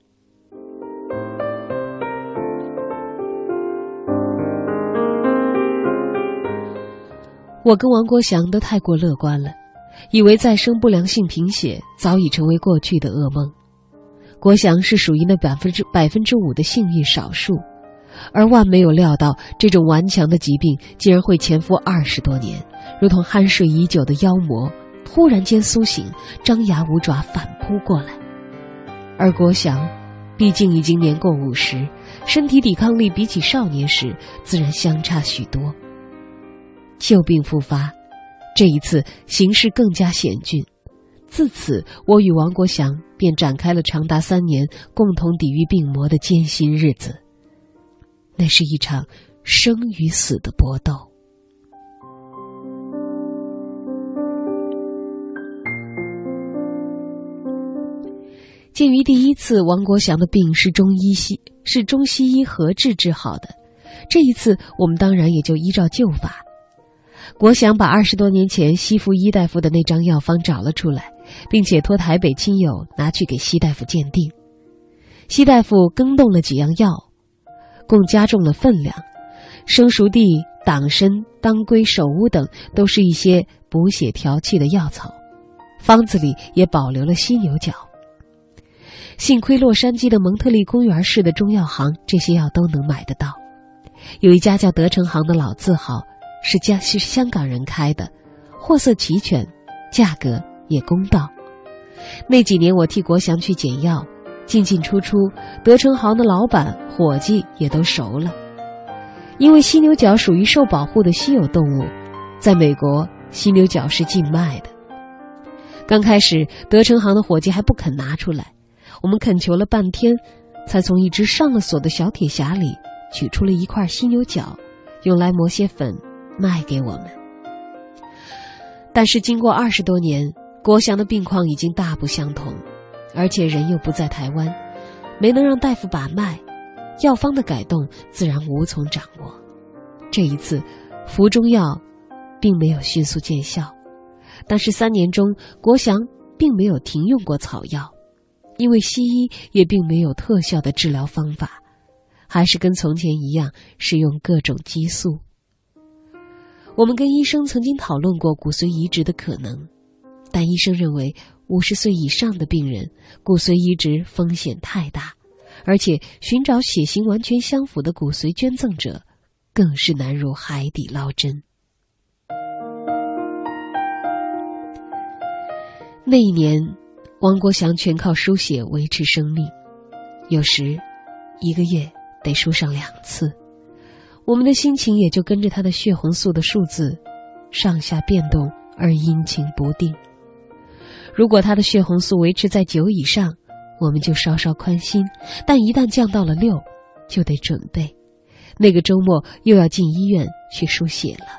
我跟王国祥都太过乐观了，以为再生不良性贫血早已成为过去的噩梦。国祥是属于那百分之百分之五的幸运少数，而万没有料到这种顽强的疾病竟然会潜伏二十多年，如同酣睡已久的妖魔，突然间苏醒，张牙舞爪反扑过来。而国祥毕竟已经年过五十，身体抵抗力比起少年时自然相差许多。旧病复发，这一次形势更加险峻。自此，我与王国祥便展开了长达三年共同抵御病魔的艰辛日子。那是一场生与死的搏斗。鉴于第一次王国祥的病是中医西是中西医合治治好的，这一次我们当然也就依照旧法。国祥把二十多年前西服一大夫的那张药方找了出来，并且托台北亲友拿去给西大夫鉴定。西大夫更动了几样药，共加重了分量。生熟地、党参、当归、首乌等都是一些补血调气的药草，方子里也保留了犀牛角。幸亏洛杉矶的蒙特利公园市的中药行这些药都能买得到。有一家叫德成行的老字号，是家是香港人开的，货色齐全，价格也公道。那几年我替国祥去捡药，进进出出，德成行的老板伙计也都熟了。因为犀牛角属于受保护的稀有动物，在美国犀牛角是禁卖的。刚开始德成行的伙计还不肯拿出来，我们恳求了半天，才从一只上了锁的小铁匣里取出了一块犀牛角，用来磨些粉卖给我们。但是经过二十多年，国祥的病况已经大不相同，而且人又不在台湾，没能让大夫把脉，药方的改动自然无从掌握。这一次服中药并没有迅速见效，但是三年中国祥并没有停用过草药，因为西医也并没有特效的治疗方法，还是跟从前一样使用各种激素。我们跟医生曾经讨论过骨髓移植的可能，但医生认为五十岁以上的病人骨髓移植风险太大，而且寻找血型完全相符的骨髓捐赠者更是难如海底捞针。那一年王国祥全靠输血维持生命，有时一个月得输上两次，我们的心情也就跟着他的血红素的数字上下变动而阴晴不定。如果他的血红素维持在九以上，我们就稍稍宽心，但一旦降到了六，就得准备那个周末又要进医院去输血了。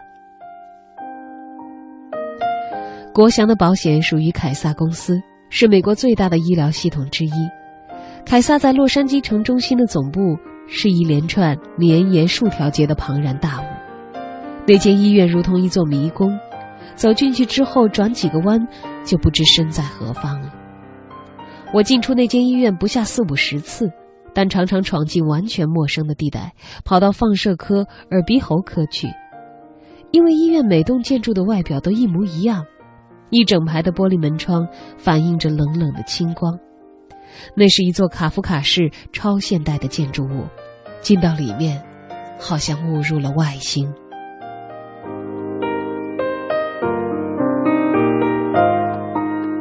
国祥的保险属于凯撒公司，是美国最大的医疗系统之一。凯撒在洛杉矶城中心的总部是一连串绵延数条街的庞然大物。那间医院如同一座迷宫，走进去之后转几个弯就不知身在何方了。我进出那间医院不下四五十次，但常常闯进完全陌生的地带，跑到放射科、耳鼻喉科去。因为医院每栋建筑的外表都一模一样，一整排的玻璃门窗反映着冷冷的清光。那是一座卡夫卡式超现代的建筑物，进到里面好像误入了外星。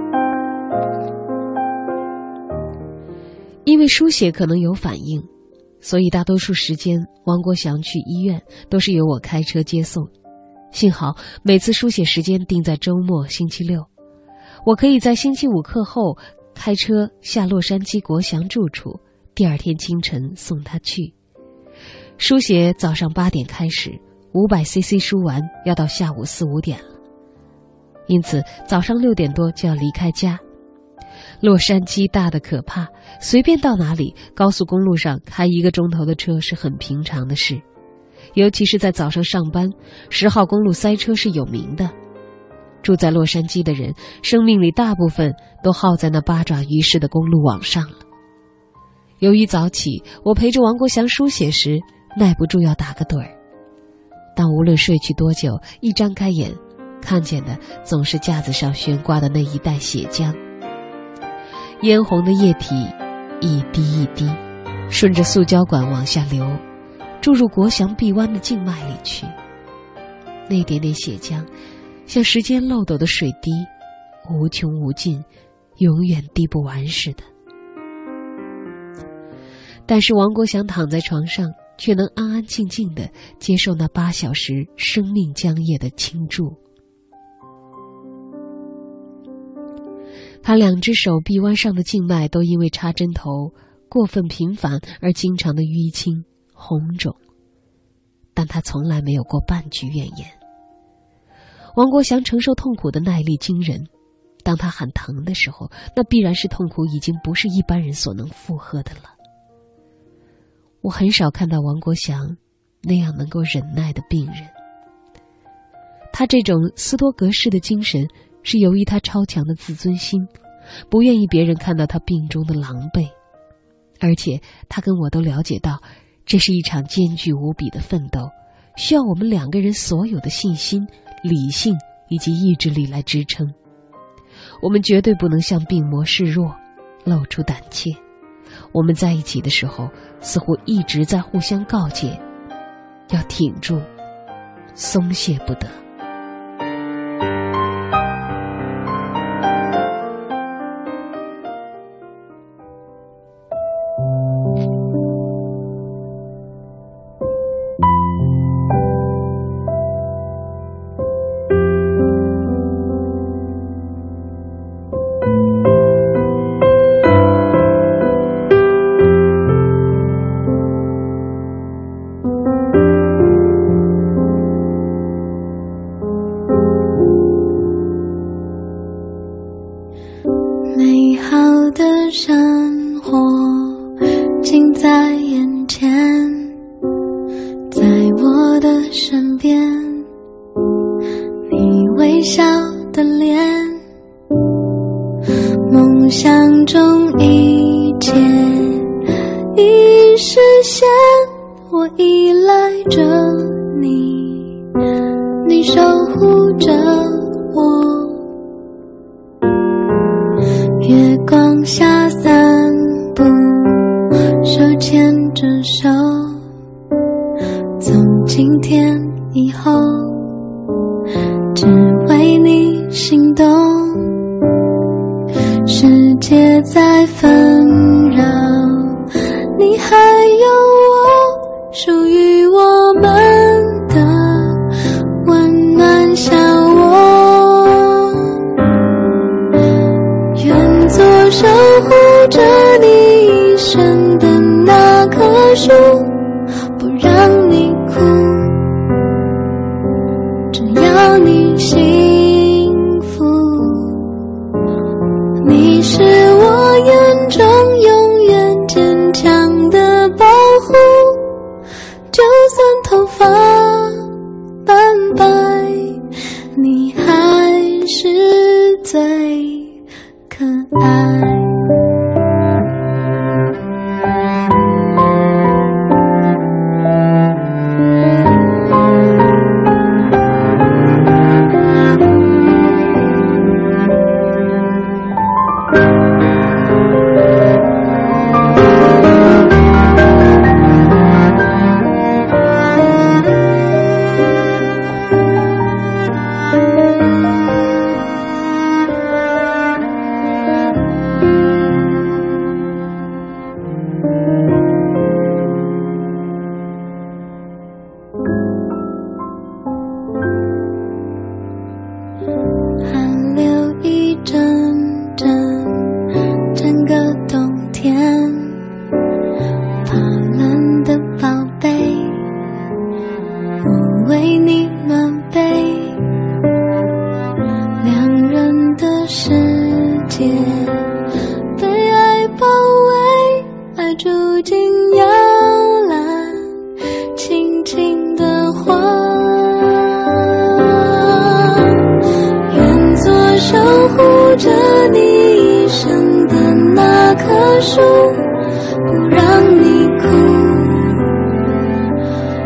因为输血可能有反应， 所以大多数时间王国祥去医院都是由我开车接送。幸好每次书写时间定在周末星期六，我可以在星期五课后开车下洛杉矶国祥住处，第二天清晨送他去。书写早上八点开始，五百 C C 书完要到下午四五点了，因此早上六点多就要离开家。洛杉矶大得可怕，随便到哪里，高速公路上开一个钟头的车是很平常的事，尤其是在早上上班，十号公路塞车是有名的。住在洛杉矶的人，生命里大部分都耗在那八爪鱼式的公路网上了。由于早起，我陪着王国祥书写时，耐不住要打个盹儿。但无论睡去多久，一张开眼，看见的总是架子上悬挂的那一袋血浆。嫣红的液体一滴一滴顺着塑胶管往下流，注入国祥臂弯的静脉里去。那点点血浆像时间漏斗的水滴，无穷无尽，永远滴不完似的。但是王国祥躺在床上，却能安安静静地接受那八小时生命浆液的倾注。他两只手臂弯上的静脉都因为插针头过分频繁而经常的淤青红肿，但他从来没有过半句怨言。王国祥承受痛苦的耐力惊人，当他喊疼的时候，那必然是痛苦已经不是一般人所能负荷的了。我很少看到王国祥那样能够忍耐的病人。他这种斯多格式的精神是由于他超强的自尊心，不愿意别人看到他病中的狼狈，而且他跟我都了解到，这是一场艰巨无比的奋斗，需要我们两个人所有的信心、理性以及意志力来支撑。我们绝对不能向病魔示弱，露出胆怯。我们在一起的时候，似乎一直在互相告诫，要挺住，松懈不得。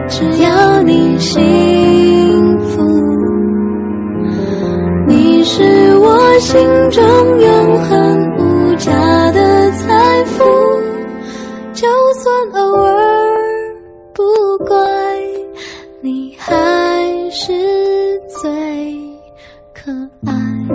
只要你幸福。你是我心中永恒无价的财富，就算偶尔不乖，你还是最可爱。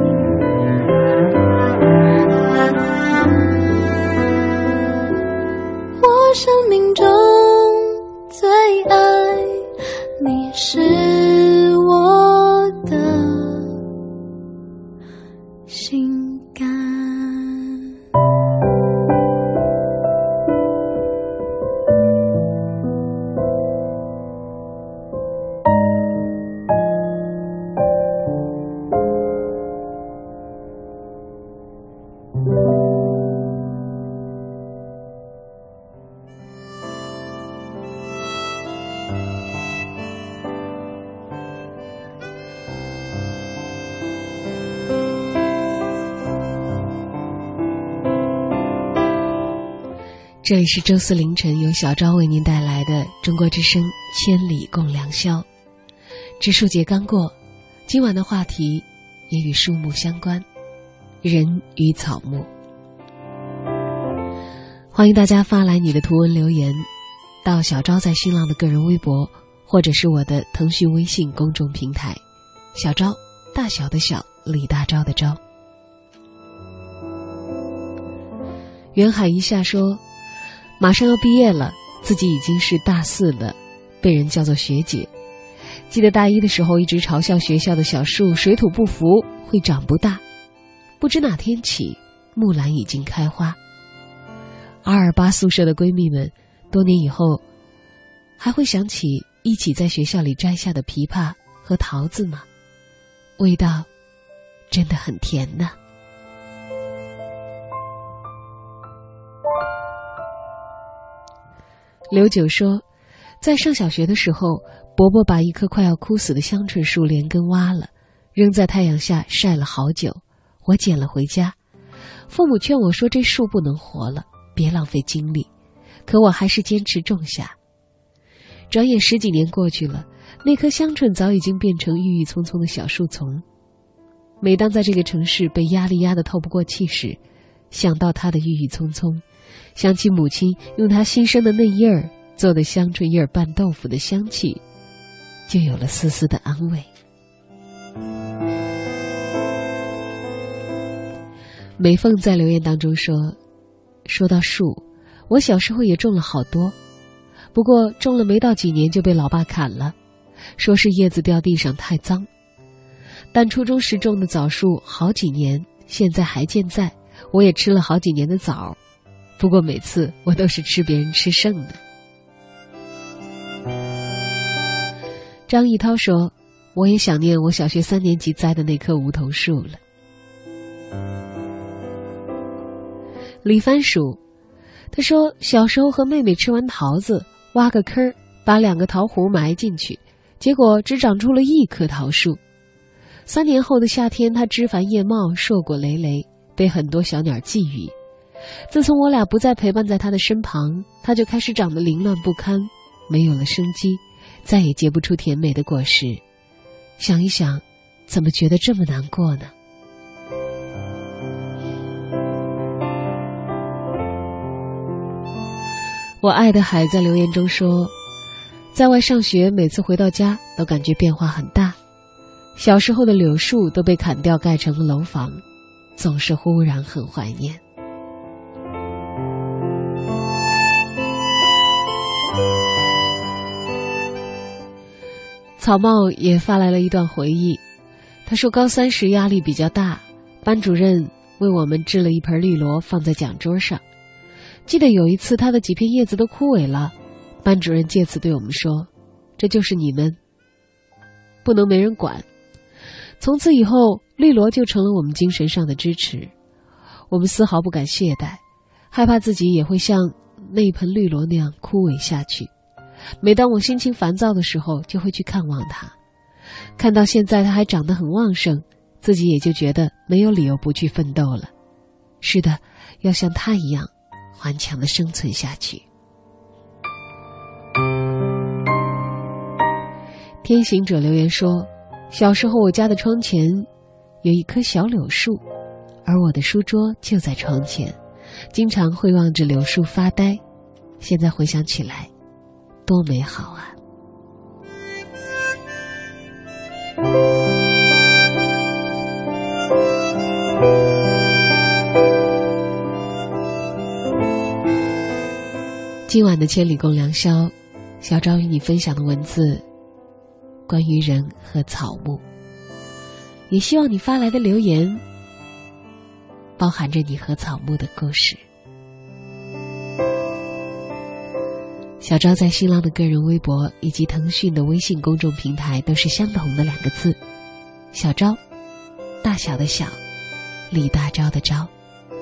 我生命中最爱你，是我的心肝。 这里是周四凌晨由小昭为您带来的中国之声千里共良宵。植树节刚过，今晚的话题也与树木相关，人与草木。欢迎大家发来你的图文留言到小昭在新浪的个人微博，或者是我的腾讯微信公众平台小昭，大小的小，李大钊的钊。远海一下说，马上要毕业了，自己已经是大四了，被人叫做学姐。记得大一的时候一直嘲笑学校的小树水土不服，会长不大。不知哪天起，木兰已经开花。阿尔巴宿舍的闺蜜们，多年以后还会想起一起在学校里摘下的枇杷和桃子吗？味道真的很甜呢。刘九说，在上小学的时候，伯伯把一棵快要枯死的香椿树连根挖了，扔在太阳下晒了好久。我捡了回家，父母劝我说这树不能活了，别浪费精力，可我还是坚持种下。转眼十几年过去了，那棵香椿早已经变成郁郁葱葱的小树丛。每当在这个城市被压力压得透不过气时，想到它的郁郁葱葱，想起母亲用她新生的嫩叶儿做的香椿叶拌豆腐的香气，就有了丝丝的安慰。美凤在留言当中说，说到树，我小时候也种了好多，不过种了没到几年就被老爸砍了，说是叶子掉地上太脏。但初中时种的枣树好几年，现在还健在，我也吃了好几年的枣，不过每次我都是吃别人吃剩的。张一涛说，我也想念我小学三年级栽的那棵梧桐树了。李番薯他说，小时候和妹妹吃完桃子，挖个坑，把两个桃核埋进去，结果只长出了一棵桃树。三年后的夏天，它枝繁叶茂，硕果累累，被很多小鸟觊觎。自从我俩不再陪伴在它的身旁，它就开始长得凌乱不堪，没有了生机，再也结不出甜美的果实。想一想，怎么觉得这么难过呢？我爱的海在留言中说，在外上学，每次回到家都感觉变化很大。小时候的柳树都被砍掉盖成了楼房，总是忽然很怀念。草帽也发来了一段回忆，他说高三时压力比较大，班主任为我们制了一盆绿萝放在讲桌上。记得有一次他的几片叶子都枯萎了，班主任借此对我们说，这就是你们，不能没人管。从此以后，绿萝就成了我们精神上的支持，我们丝毫不敢懈怠，害怕自己也会像那一盆绿萝那样枯萎下去。每当我心情烦躁的时候，就会去看望它，看到现在它还长得很旺盛，自己也就觉得没有理由不去奋斗了。是的，要像它一样顽强地生存下去。 天行者留言说，小时候我家的窗前有一棵小柳树，而我的书桌就在窗前，经常会望着柳树发呆，现在回想起来多美好啊。今晚的千里共良宵，小昭与你分享的文字关于人和草木，也希望你发来的留言包含着你和草木的故事。小昭在新浪的个人微博以及腾讯的微信公众平台都是相同的两个字，小昭，大小的小，李大钊的钊。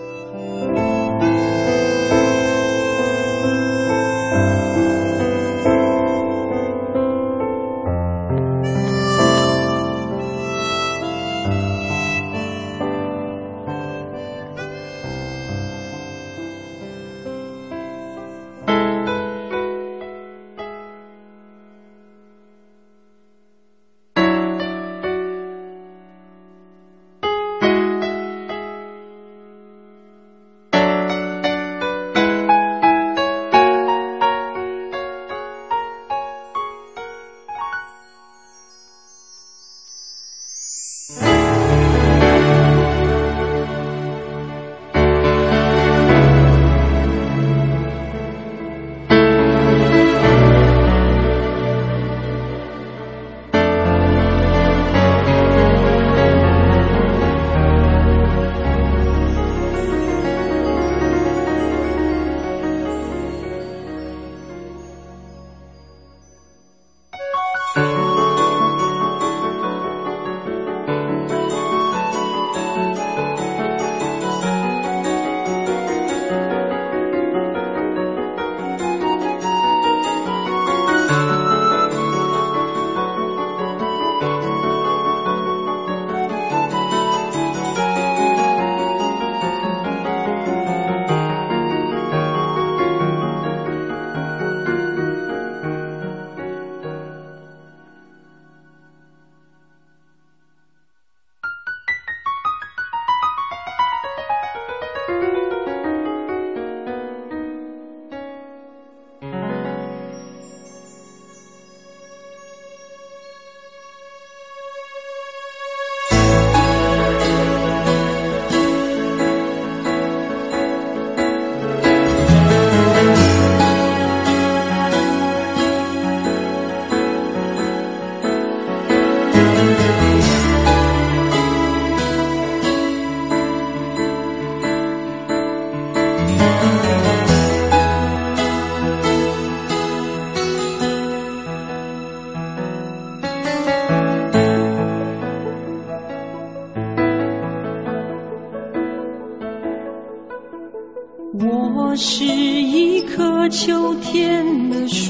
我是一棵秋天的树，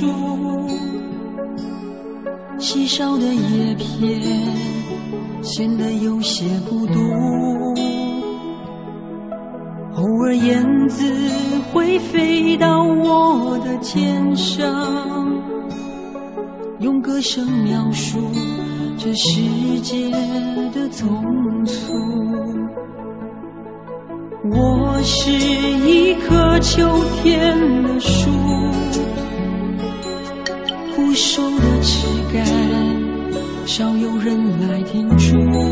稀少的叶片显得有些孤独，偶尔燕子会飞到我的肩上，用歌声描述这世界的匆促。我是一棵秋天的树，枯瘦的枝干少有人来停驻，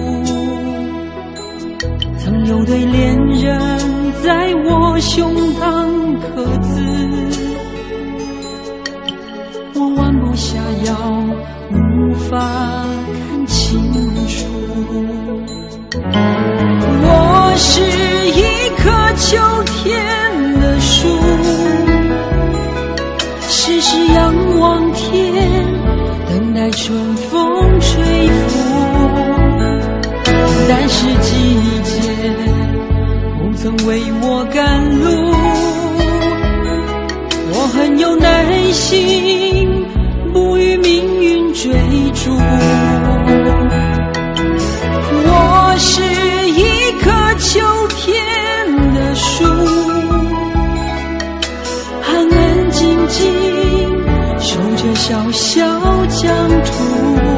曾有对恋人在我胸膛刻字，我弯不下腰，无法看清楚。我是一棵秋天的树，时时仰望天，等待春风吹拂，但是季节不曾为我赶路，我很有耐心，不与命运追逐。我是一棵秋天的树，安安静静守着小小疆土。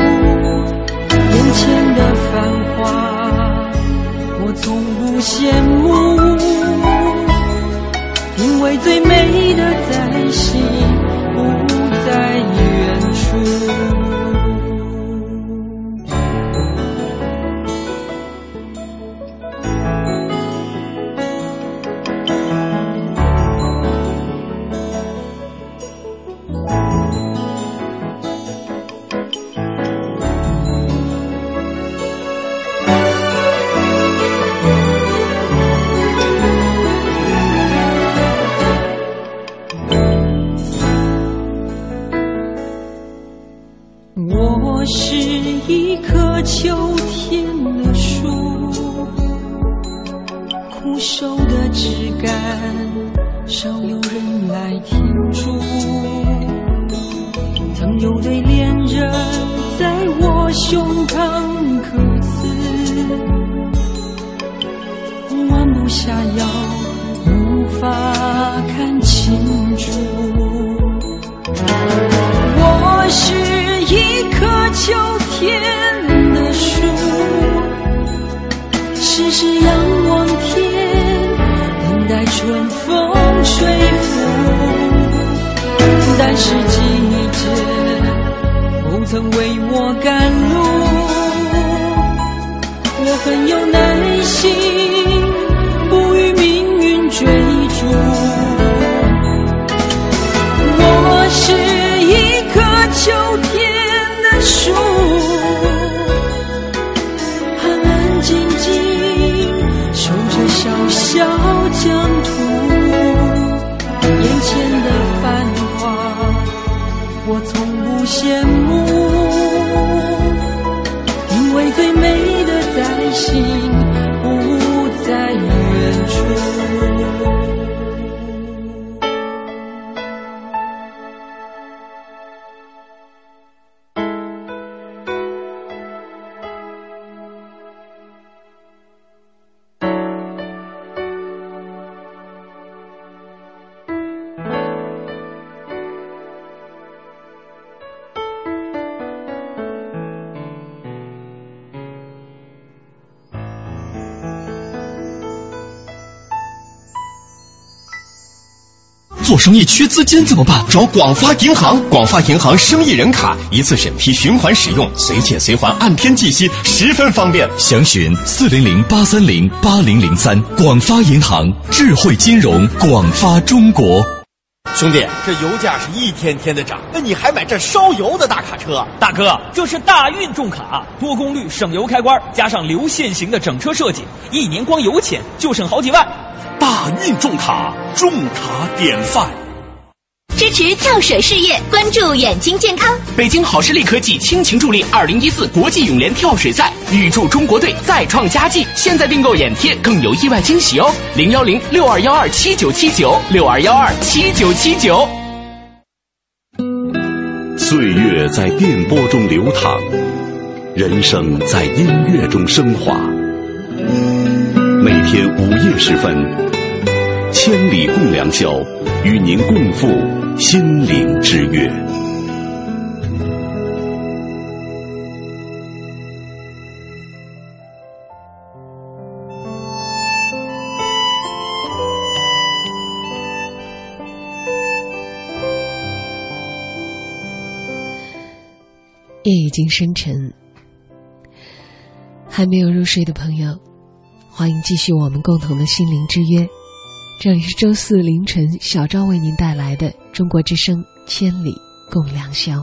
我是一棵秋天的树，枯瘦的枝干少有人来停驻，曾有对恋人在我胸膛刻字，弯不下腰，无法看清楚。我是一棵秋天的树，时时仰望天，等待春风吹拂。但是季节不曾为我赶路，我很有耐心，不与命运追逐。我是一棵秋天的树，安安静静守着小小疆土。眼前的繁华我从不羡慕，因为最美的在心，不在远处。 做生意缺资金怎么办？找广发银行，广发银行生意人卡，一次审批，循环使用，随借随还，按天计息，十分方便。详询四零零八三零八零零三。广发银行，智慧金融，广发中国。 兄弟，这油价是一天天的涨，那你还买这烧油的大卡车？ 大哥，这是大运重卡，多功率省油开关，加上流线型的整车设计，一年光油钱就省好几万。 大运重卡，重卡典范。 支持跳水事业，关注眼睛健康。 北京好视力科技倾情助力二零一四国际泳联跳水赛，预祝中国队再创佳绩。现在订购眼贴更有意外惊喜哦！零幺零六二幺二七九七九六二幺二七九七九。 岁月在电波中流淌，人生在音乐中升华。每天午夜时分，千里共良宵，与您共赴心灵之约。 夜已经深沉，还没有入睡的朋友，欢迎继续我们共同的心灵之约。这里是周四凌晨小昭为您带来的中国之声千里共良宵。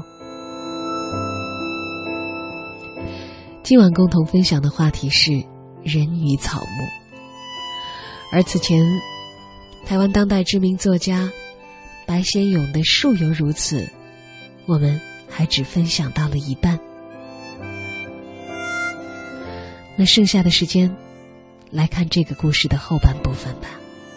今晚共同分享的话题是人与草木，而此前台湾当代知名作家白先勇的树犹如此，我们还只分享到了一半。那剩下的时间来看这个故事的后半部分吧。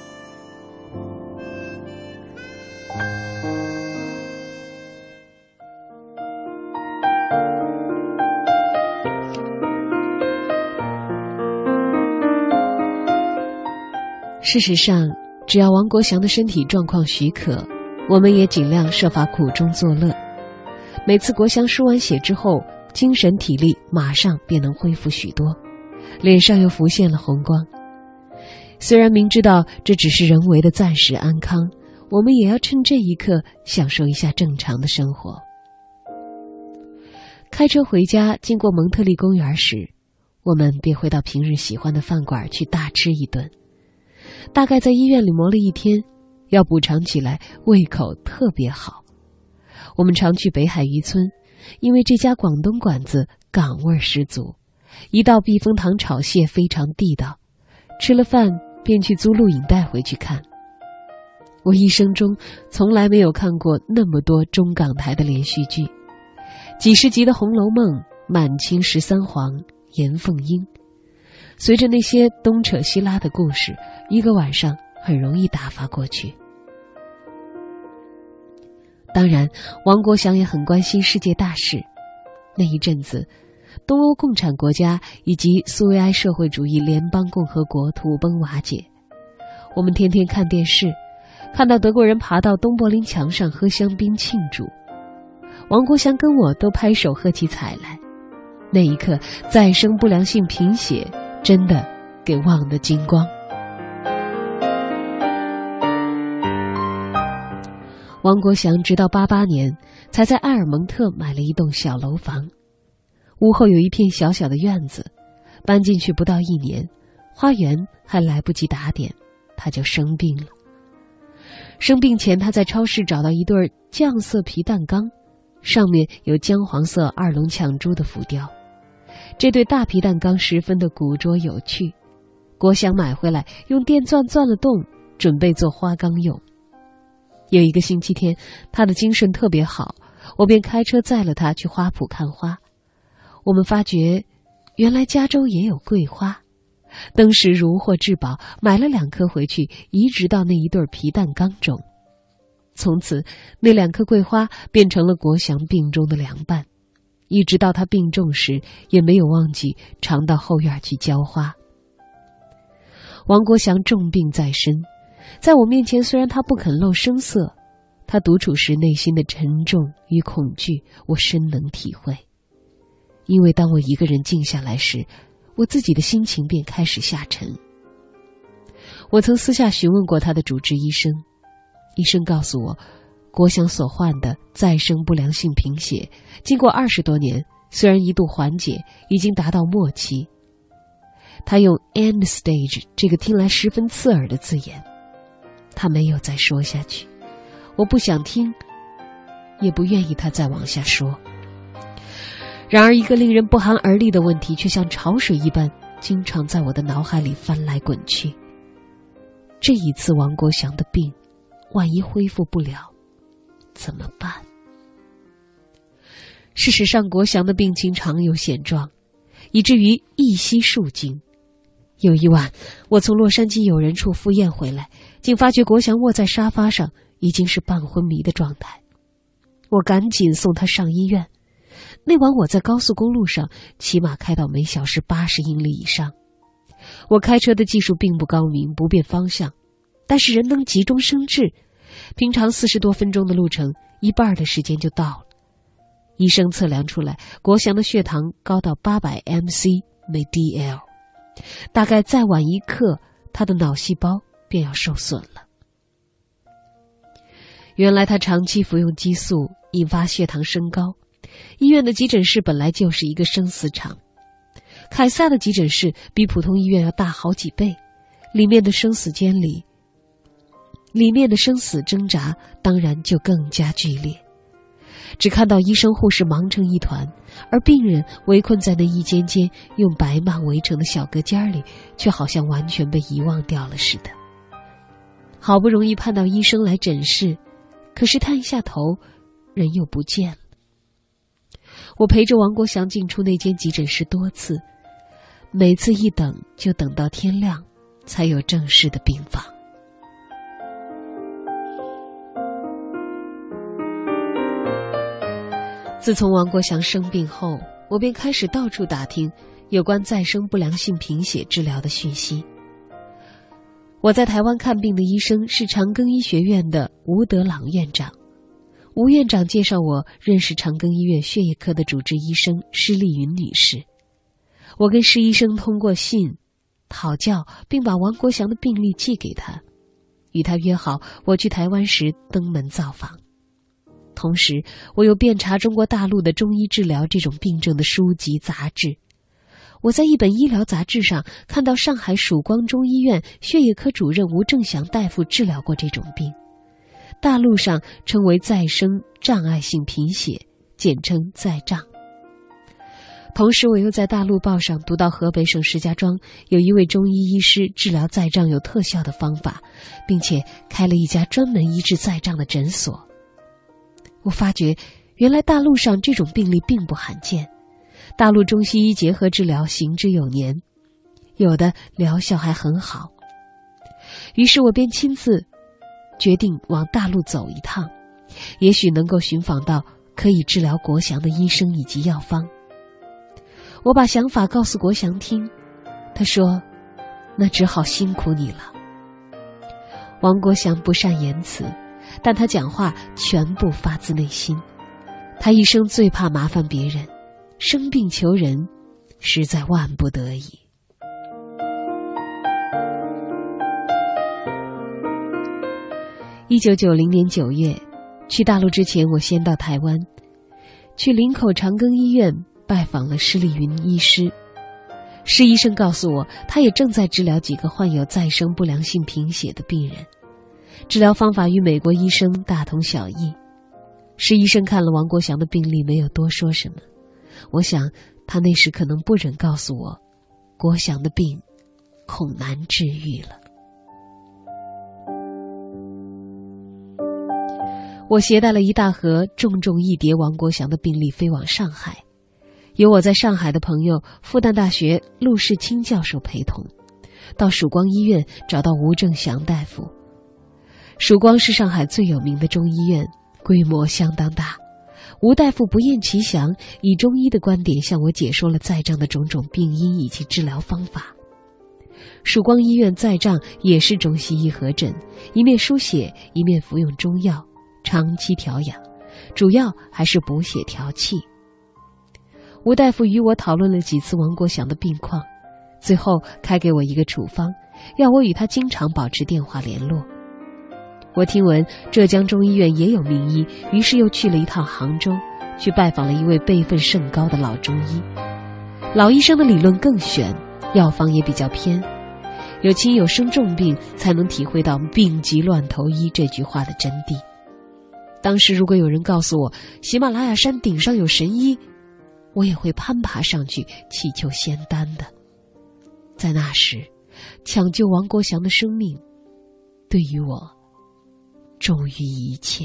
事实上，只要王国祥的身体状况许可，我们也尽量设法苦中作乐。每次国祥书完写之后，精神体力马上便能恢复许多，脸上又浮现了红光。虽然明知道这只是人为的暂时安康，我们也要趁这一刻享受一下正常的生活。开车回家，经过蒙特利公园时，我们便会到平日喜欢的饭馆去大吃一顿。大概在医院里磨了一天，要补偿起来胃口特别好。我们常去北海渔村，因为这家广东馆子港味十足，一道避风塘炒蟹非常地道。吃了饭便去租录影带回去看。我一生中从来没有看过那么多中港台的连续剧， 几十集的《红楼梦》，满清十三皇，严凤英。随着那些东扯西拉的故事，一个晚上很容易打发过去。当然，王国祥也很关心世界大事。那一阵子，东欧共产国家以及苏维埃社会主义联邦共和国土崩瓦解，我们天天看电视，看到德国人爬到东柏林墙上喝香槟庆祝，王国祥跟我都拍手喝起彩来。那一刻，再生不良性贫血真的给忘得精光。王国祥直到八八年才在埃尔蒙特买了一栋小楼房，屋后有一片小小的院子，搬进去不到一年，花园还来不及打点，他就生病了。生病前，他在超市找到一对酱色皮蛋缸，上面有姜黄色二龙抢珠的浮雕。这对大皮蛋缸十分的古拙有趣，国祥买回来用电钻钻了洞，准备做花缸用。有一个星期天，他的精神特别好，我便开车载了他去花圃看花。我们发觉原来加州也有桂花，当时如获至宝，买了两颗回去，移植到那一对皮蛋缸中。从此那两颗桂花变成了国祥病中的凉拌，一直到他病重时也没有忘记常到后院去浇花。王国祥重病在身，在我面前虽然他不肯露声色，他独处时内心的沉重与恐惧我深能体会。因为当我一个人静下来时，我自己的心情便开始下沉。我曾私下询问过他的主治医生，医生告诉我，国祥所患的再生不良性贫血，经过二十多年，虽然一度缓解，已经达到末期。他用 end stage 这个听来十分刺耳的字眼，他没有再说下去。我不想听，也不愿意他再往下说。然而一个令人不寒而栗的问题却像潮水一般经常在我的脑海里翻来滚去。这一次王国祥的病万一恢复不了怎么办？事实上国祥的病情常有险状，以至于一息数惊。有一晚我从洛杉矶友人处赴宴回来，竟发觉国祥卧在沙发上，已经是半昏迷的状态。我赶紧送他上医院。那晚我在高速公路上，起码开到每小时八十英里以上。我开车的技术并不高明，不辨方向，但是人能急中生智。平常四十多分钟的路程，一半的时间就到了。医生测量出来，国祥的血糖高到八百 M C 每 D L， 大概再晚一刻，他的脑细胞便要受损了。原来他长期服用激素，引发血糖升高。医院的急诊室本来就是一个生死场，凯撒的急诊室比普通医院要大好几倍，里面的生死监里，里面的生死挣扎当然就更加剧烈。只看到医生护士忙成一团，而病人围困在那一间间用白幔围成的小隔间里，却好像完全被遗忘掉了似的。好不容易盼到医生来诊室，可是探一下头，人又不见了。我陪着王国祥进出那间急诊室多次，每次一等就等到天亮，才有正式的病房。自从王国祥生病后，我便开始到处打听有关再生不良性贫血治疗的讯息。我在台湾看病的医生是长庚医学院的吴德朗院长。吴院长介绍我认识长庚医院血液科的主治医生施丽云女士。我跟施医生通过信讨教，并把王国祥的病历寄给他，与他约好我去台湾时登门造访。同时我又遍查中国大陆的中医治疗这种病症的书籍杂志。我在一本医疗杂志上看到上海曙光中医院血液科主任吴正祥大夫治疗过这种病，大陆上称为再生障碍性贫血，简称再障。同时我又在大陆报上读到河北省石家庄有一位中医医师治疗再障有特效的方法，并且开了一家专门医治再障的诊所。我发觉原来大陆上这种病例并不罕见，大陆中西医结合治疗行之有年，有的疗效还很好。于是我便亲自决定往大陆走一趟，也许能够寻访到可以治疗国祥的医生以及药方。我把想法告诉国祥听，他说：“那只好辛苦你了。”王国祥不善言辞，但他讲话全部发自内心。他一生最怕麻烦别人，生病求人，实在万不得已。一九九零年九月，去大陆之前，我先到台湾，去林口长庚医院拜访了施丽云医师。施医生告诉我，他也正在治疗几个患有再生不良性贫血的病人，治疗方法与美国医生大同小异。施医生看了王国祥的病例，没有多说什么。我想，他那时可能不忍告诉我，国祥的病恐难治愈了。我携带了一大盒重重一叠王国祥的病例飞往上海，有我在上海的朋友复旦大学陆世清教授陪同，到曙光医院找到吴正祥大夫。曙光是上海最有名的中医院，规模相当大。吴大夫不厌其详，以中医的观点向我解说了在账的种种病因以及治疗方法。曙光医院在账也是中西医合诊，一面输血，一面服用中药，长期调养，主要还是补血调气。吴大夫与我讨论了几次王国祥的病况，最后开给我一个处方，要我与他经常保持电话联络。我听闻浙江中医院也有名医，于是又去了一趟杭州，去拜访了一位辈分甚高的老中医。老医生的理论更玄，药方也比较偏，有亲友生重病才能体会到病急乱投医这句话的真谛。当时如果有人告诉我喜马拉雅山顶上有神医，我也会攀爬上去祈求仙丹的。在那时，抢救王国祥的生命对于我重于一切。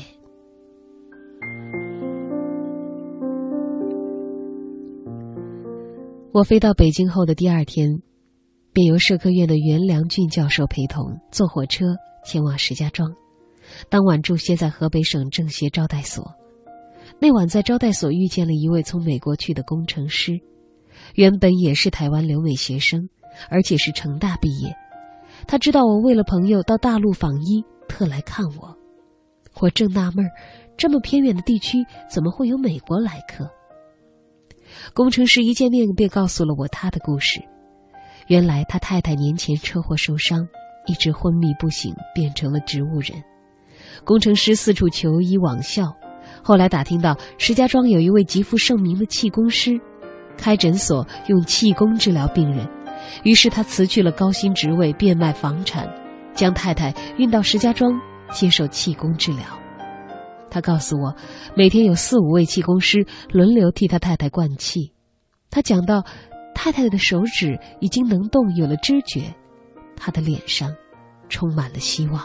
我飞到北京后的第二天，便由社科院的袁良俊教授陪同坐火车前往石家庄，当晚住歇在河北省政协招待所。那晚在招待所遇见了一位从美国去的工程师，原本也是台湾留美学生，而且是成大毕业。他知道我为了朋友到大陆访医，特来看我。我正纳闷，这么偏远的地区怎么会有美国来客？工程师一见面便告诉了我他的故事。原来他太太年前车祸受伤，一直昏迷不醒，变成了植物人。工程师四处求医网校，后来打听到石家庄有一位极负盛名的气功师，开诊所用气功治疗病人。于是他辞去了高薪职位，变卖房产，将太太运到石家庄接受气功治疗。他告诉我，每天有四五位气功师轮流替他太太灌气。他讲到太太的手指已经能动，有了知觉，他的脸上充满了希望。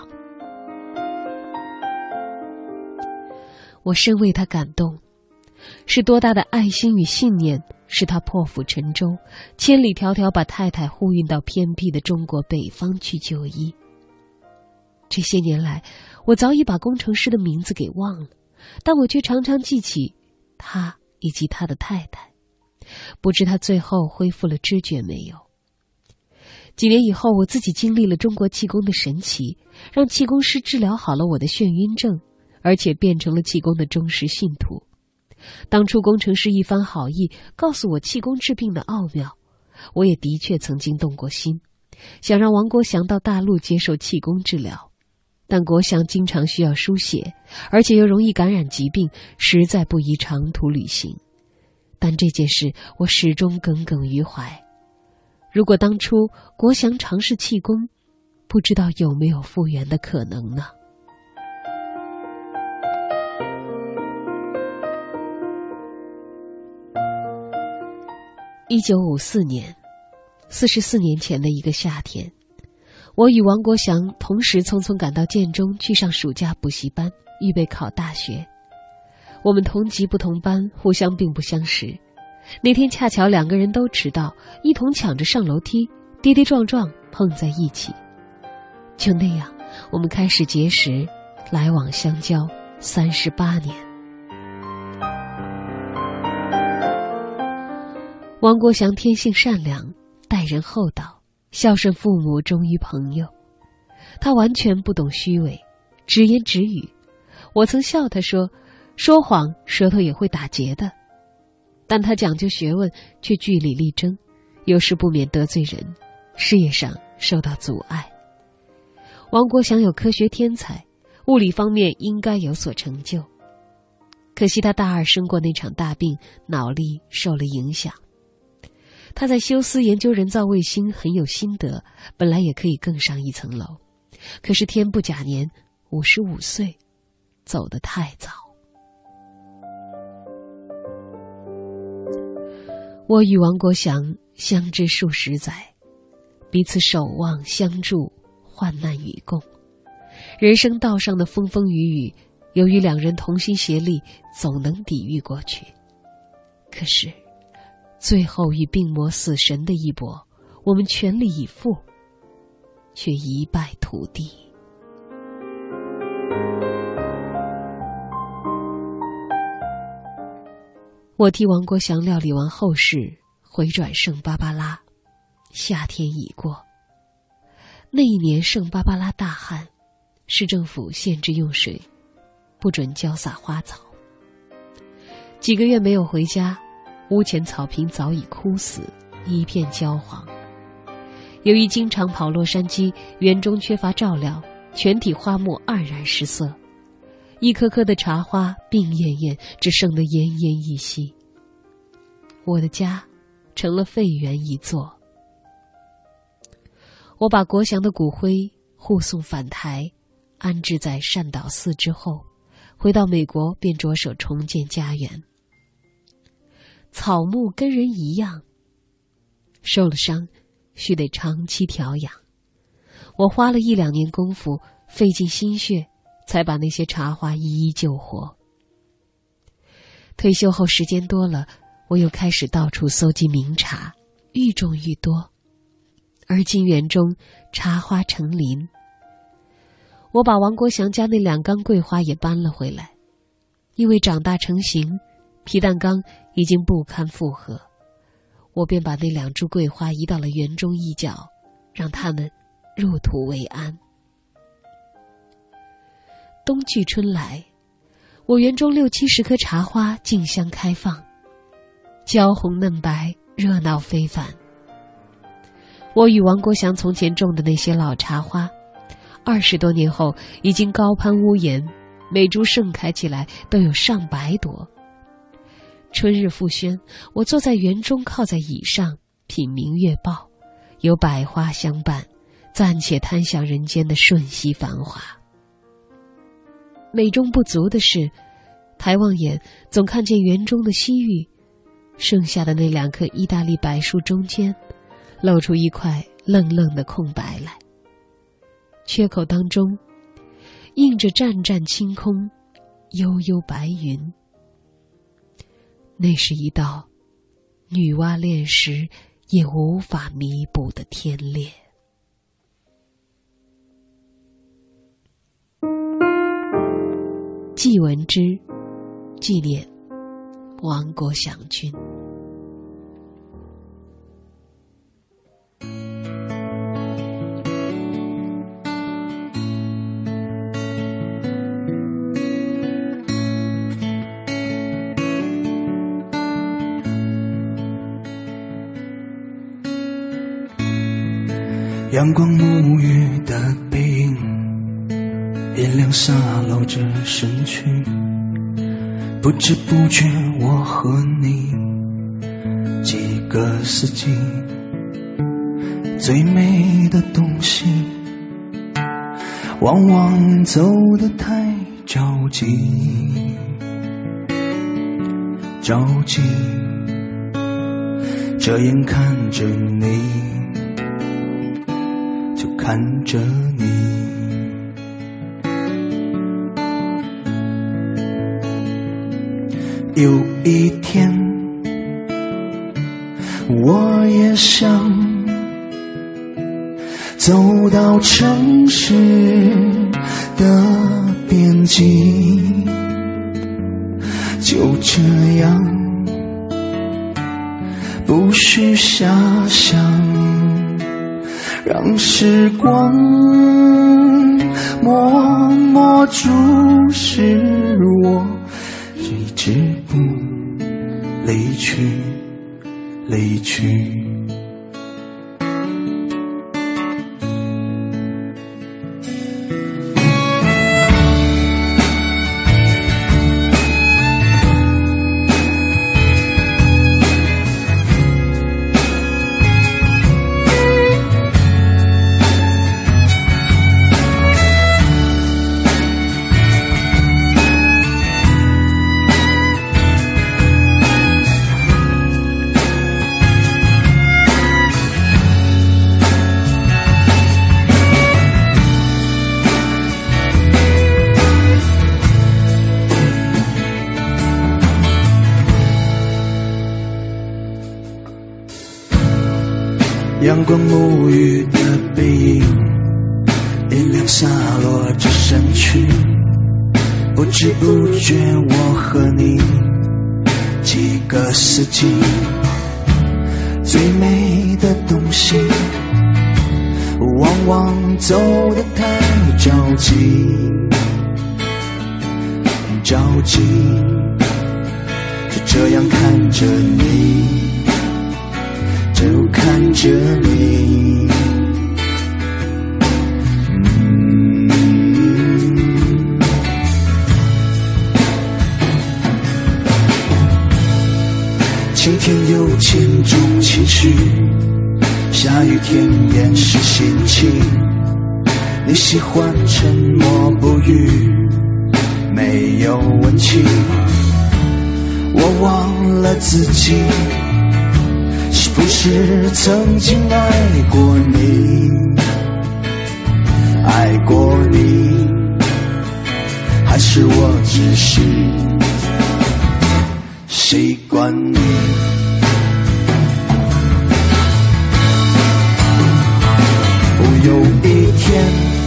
我深为他感动，是多大的爱心与信念，使他破釜沉舟，千里迢迢把太太护运到偏僻的中国北方去就医。这些年来，我早已把工程师的名字给忘了，但我却常常记起他以及他的太太。不知他最后恢复了知觉没有。几年以后，我自己经历了中国气功的神奇，让气功师治疗好了我的眩晕症，而且变成了气功的忠实信徒。当初工程师一番好意，告诉我气功治病的奥妙，我也的确曾经动过心，想让王国祥到大陆接受气功治疗。但国祥经常需要输血，而且又容易感染疾病，实在不宜长途旅行。但这件事我始终耿耿于怀。如果当初国祥尝试气功，不知道有没有复原的可能呢？一九五四年，四十四年前的一个夏天，我与王国祥同时匆匆赶到建中去上暑假补习班，预备考大学。 我们同级不同班，互相并不相识。那天恰巧两个人都迟到，一同抢着上楼梯，跌跌撞撞碰在一起。就那样，我们开始结识，来往相交三十八年。王国祥天性善良，待人厚道，孝顺父母，忠于朋友。他完全不懂虚伪，直言直语。我曾笑他说，说谎舌头也会打结的。但他讲究学问，却据理力争，有时不免得罪人，事业上受到阻碍。王国祥有科学天才，物理方面应该有所成就。可惜他大二生过那场大病，脑力受了影响。他在休斯研究人造卫星很有心得，本来也可以更上一层楼。可是天不假年，五十五岁，走得太早。我与王国祥相知数十载，彼此守望相助，患难与共。人生道上的风风雨雨，由于两人同心协力，总能抵御过去。可是最后与病魔死神的一搏，我们全力以赴，却一败涂地。我替王国祥料理完后事，回转圣芭芭拉。夏天已过，那一年圣芭芭拉大旱，市政府限制用水，不准浇洒花草。几个月没有回家，屋前草坪早已枯死，一片焦黄。由于经常跑洛杉矶，园中缺乏照料，全体花木黯然失色，一颗颗的茶花病恹恹，只剩得奄奄一息。我的家成了废园一座。我把国祥的骨灰护送返台，安置在善导寺之后，回到美国便着手重建家园。草木跟人一样，受了伤须得长期调养。我花了一两年功夫，费尽心血，才把那些茶花一一救活。退休后时间多了，我又开始到处搜集名茶，愈种愈多。而今园中茶花成林。我把王国祥家那两缸桂花也搬了回来，因为长大成型，皮蛋缸已经不堪负荷，我便把那两株桂花移到了园中一角，让它们入土为安。冬去春来，我园中六七十棵茶花竞相开放，娇红嫩白，热闹非凡。我与王国祥从前种的那些老茶花，二十多年后已经高攀屋檐，每株盛开起来都有上百朵。春日复轩，我坐在园中，靠在椅上品茗月报，有百花相伴，暂且贪享人间的瞬息繁华。美中不足的是，抬望眼总看见园中的西域，剩下的那两棵意大利柏树中间露出一块愣愣的空白来，缺口当中映着湛湛青空，悠悠白云。那是一道女娲炼石也无法弥补的天裂。季文之，纪念王国祥君。 阳光沐浴的背影，月亮洒落着身躯，不知不觉我和你几个四季，最美的东西往往走得太着急，着急这眼看着你，就看着你。 有一天，我也想走到城市的边际，就这样，不需遐想，让时光默默注视我，一直不离去，离去。阳光沐浴的背影，阴凉洒落着身躯，不知不觉我和你几个四季，最美的东西往往走得太着急，着急，就这样看着你，就看着你，嗯，晴天有千种情绪，下雨天掩饰心情。你喜欢沉默不语，没有温情。我忘了自己不是曾经爱过你，爱过你，还是我只是习惯你。有一天，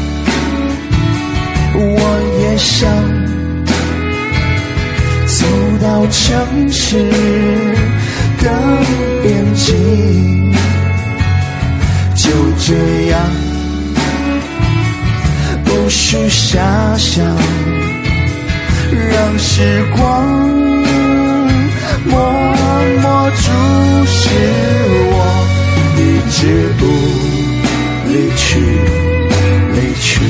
我也想走到城市的边际，就这样，不需遐想，让时光默默注视我，一直不离去，离去。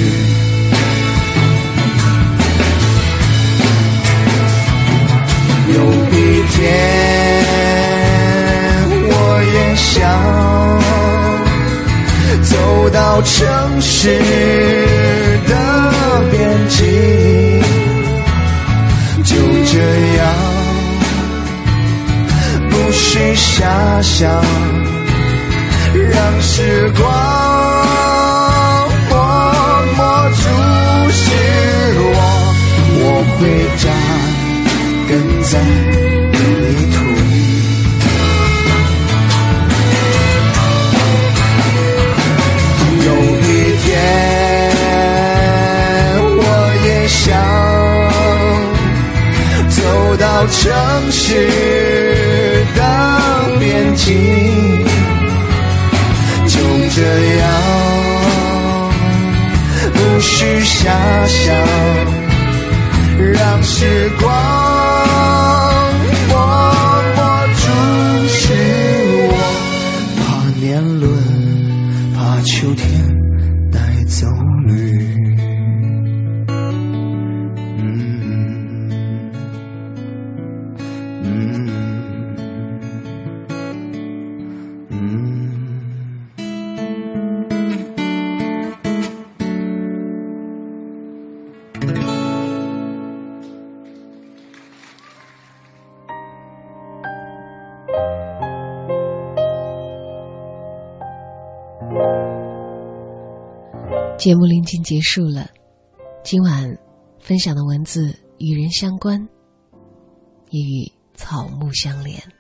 有一天，想走到城市的边际，就这样，不需遐想，让时光默默注视我，我会扎根在泥土里。到城市的边际，就这样，不需遐想，让时光默默注视我，怕年轮，怕秋天带走雨。 节目临近结束了，今晚分享的文字与人相关， 也与草木相连。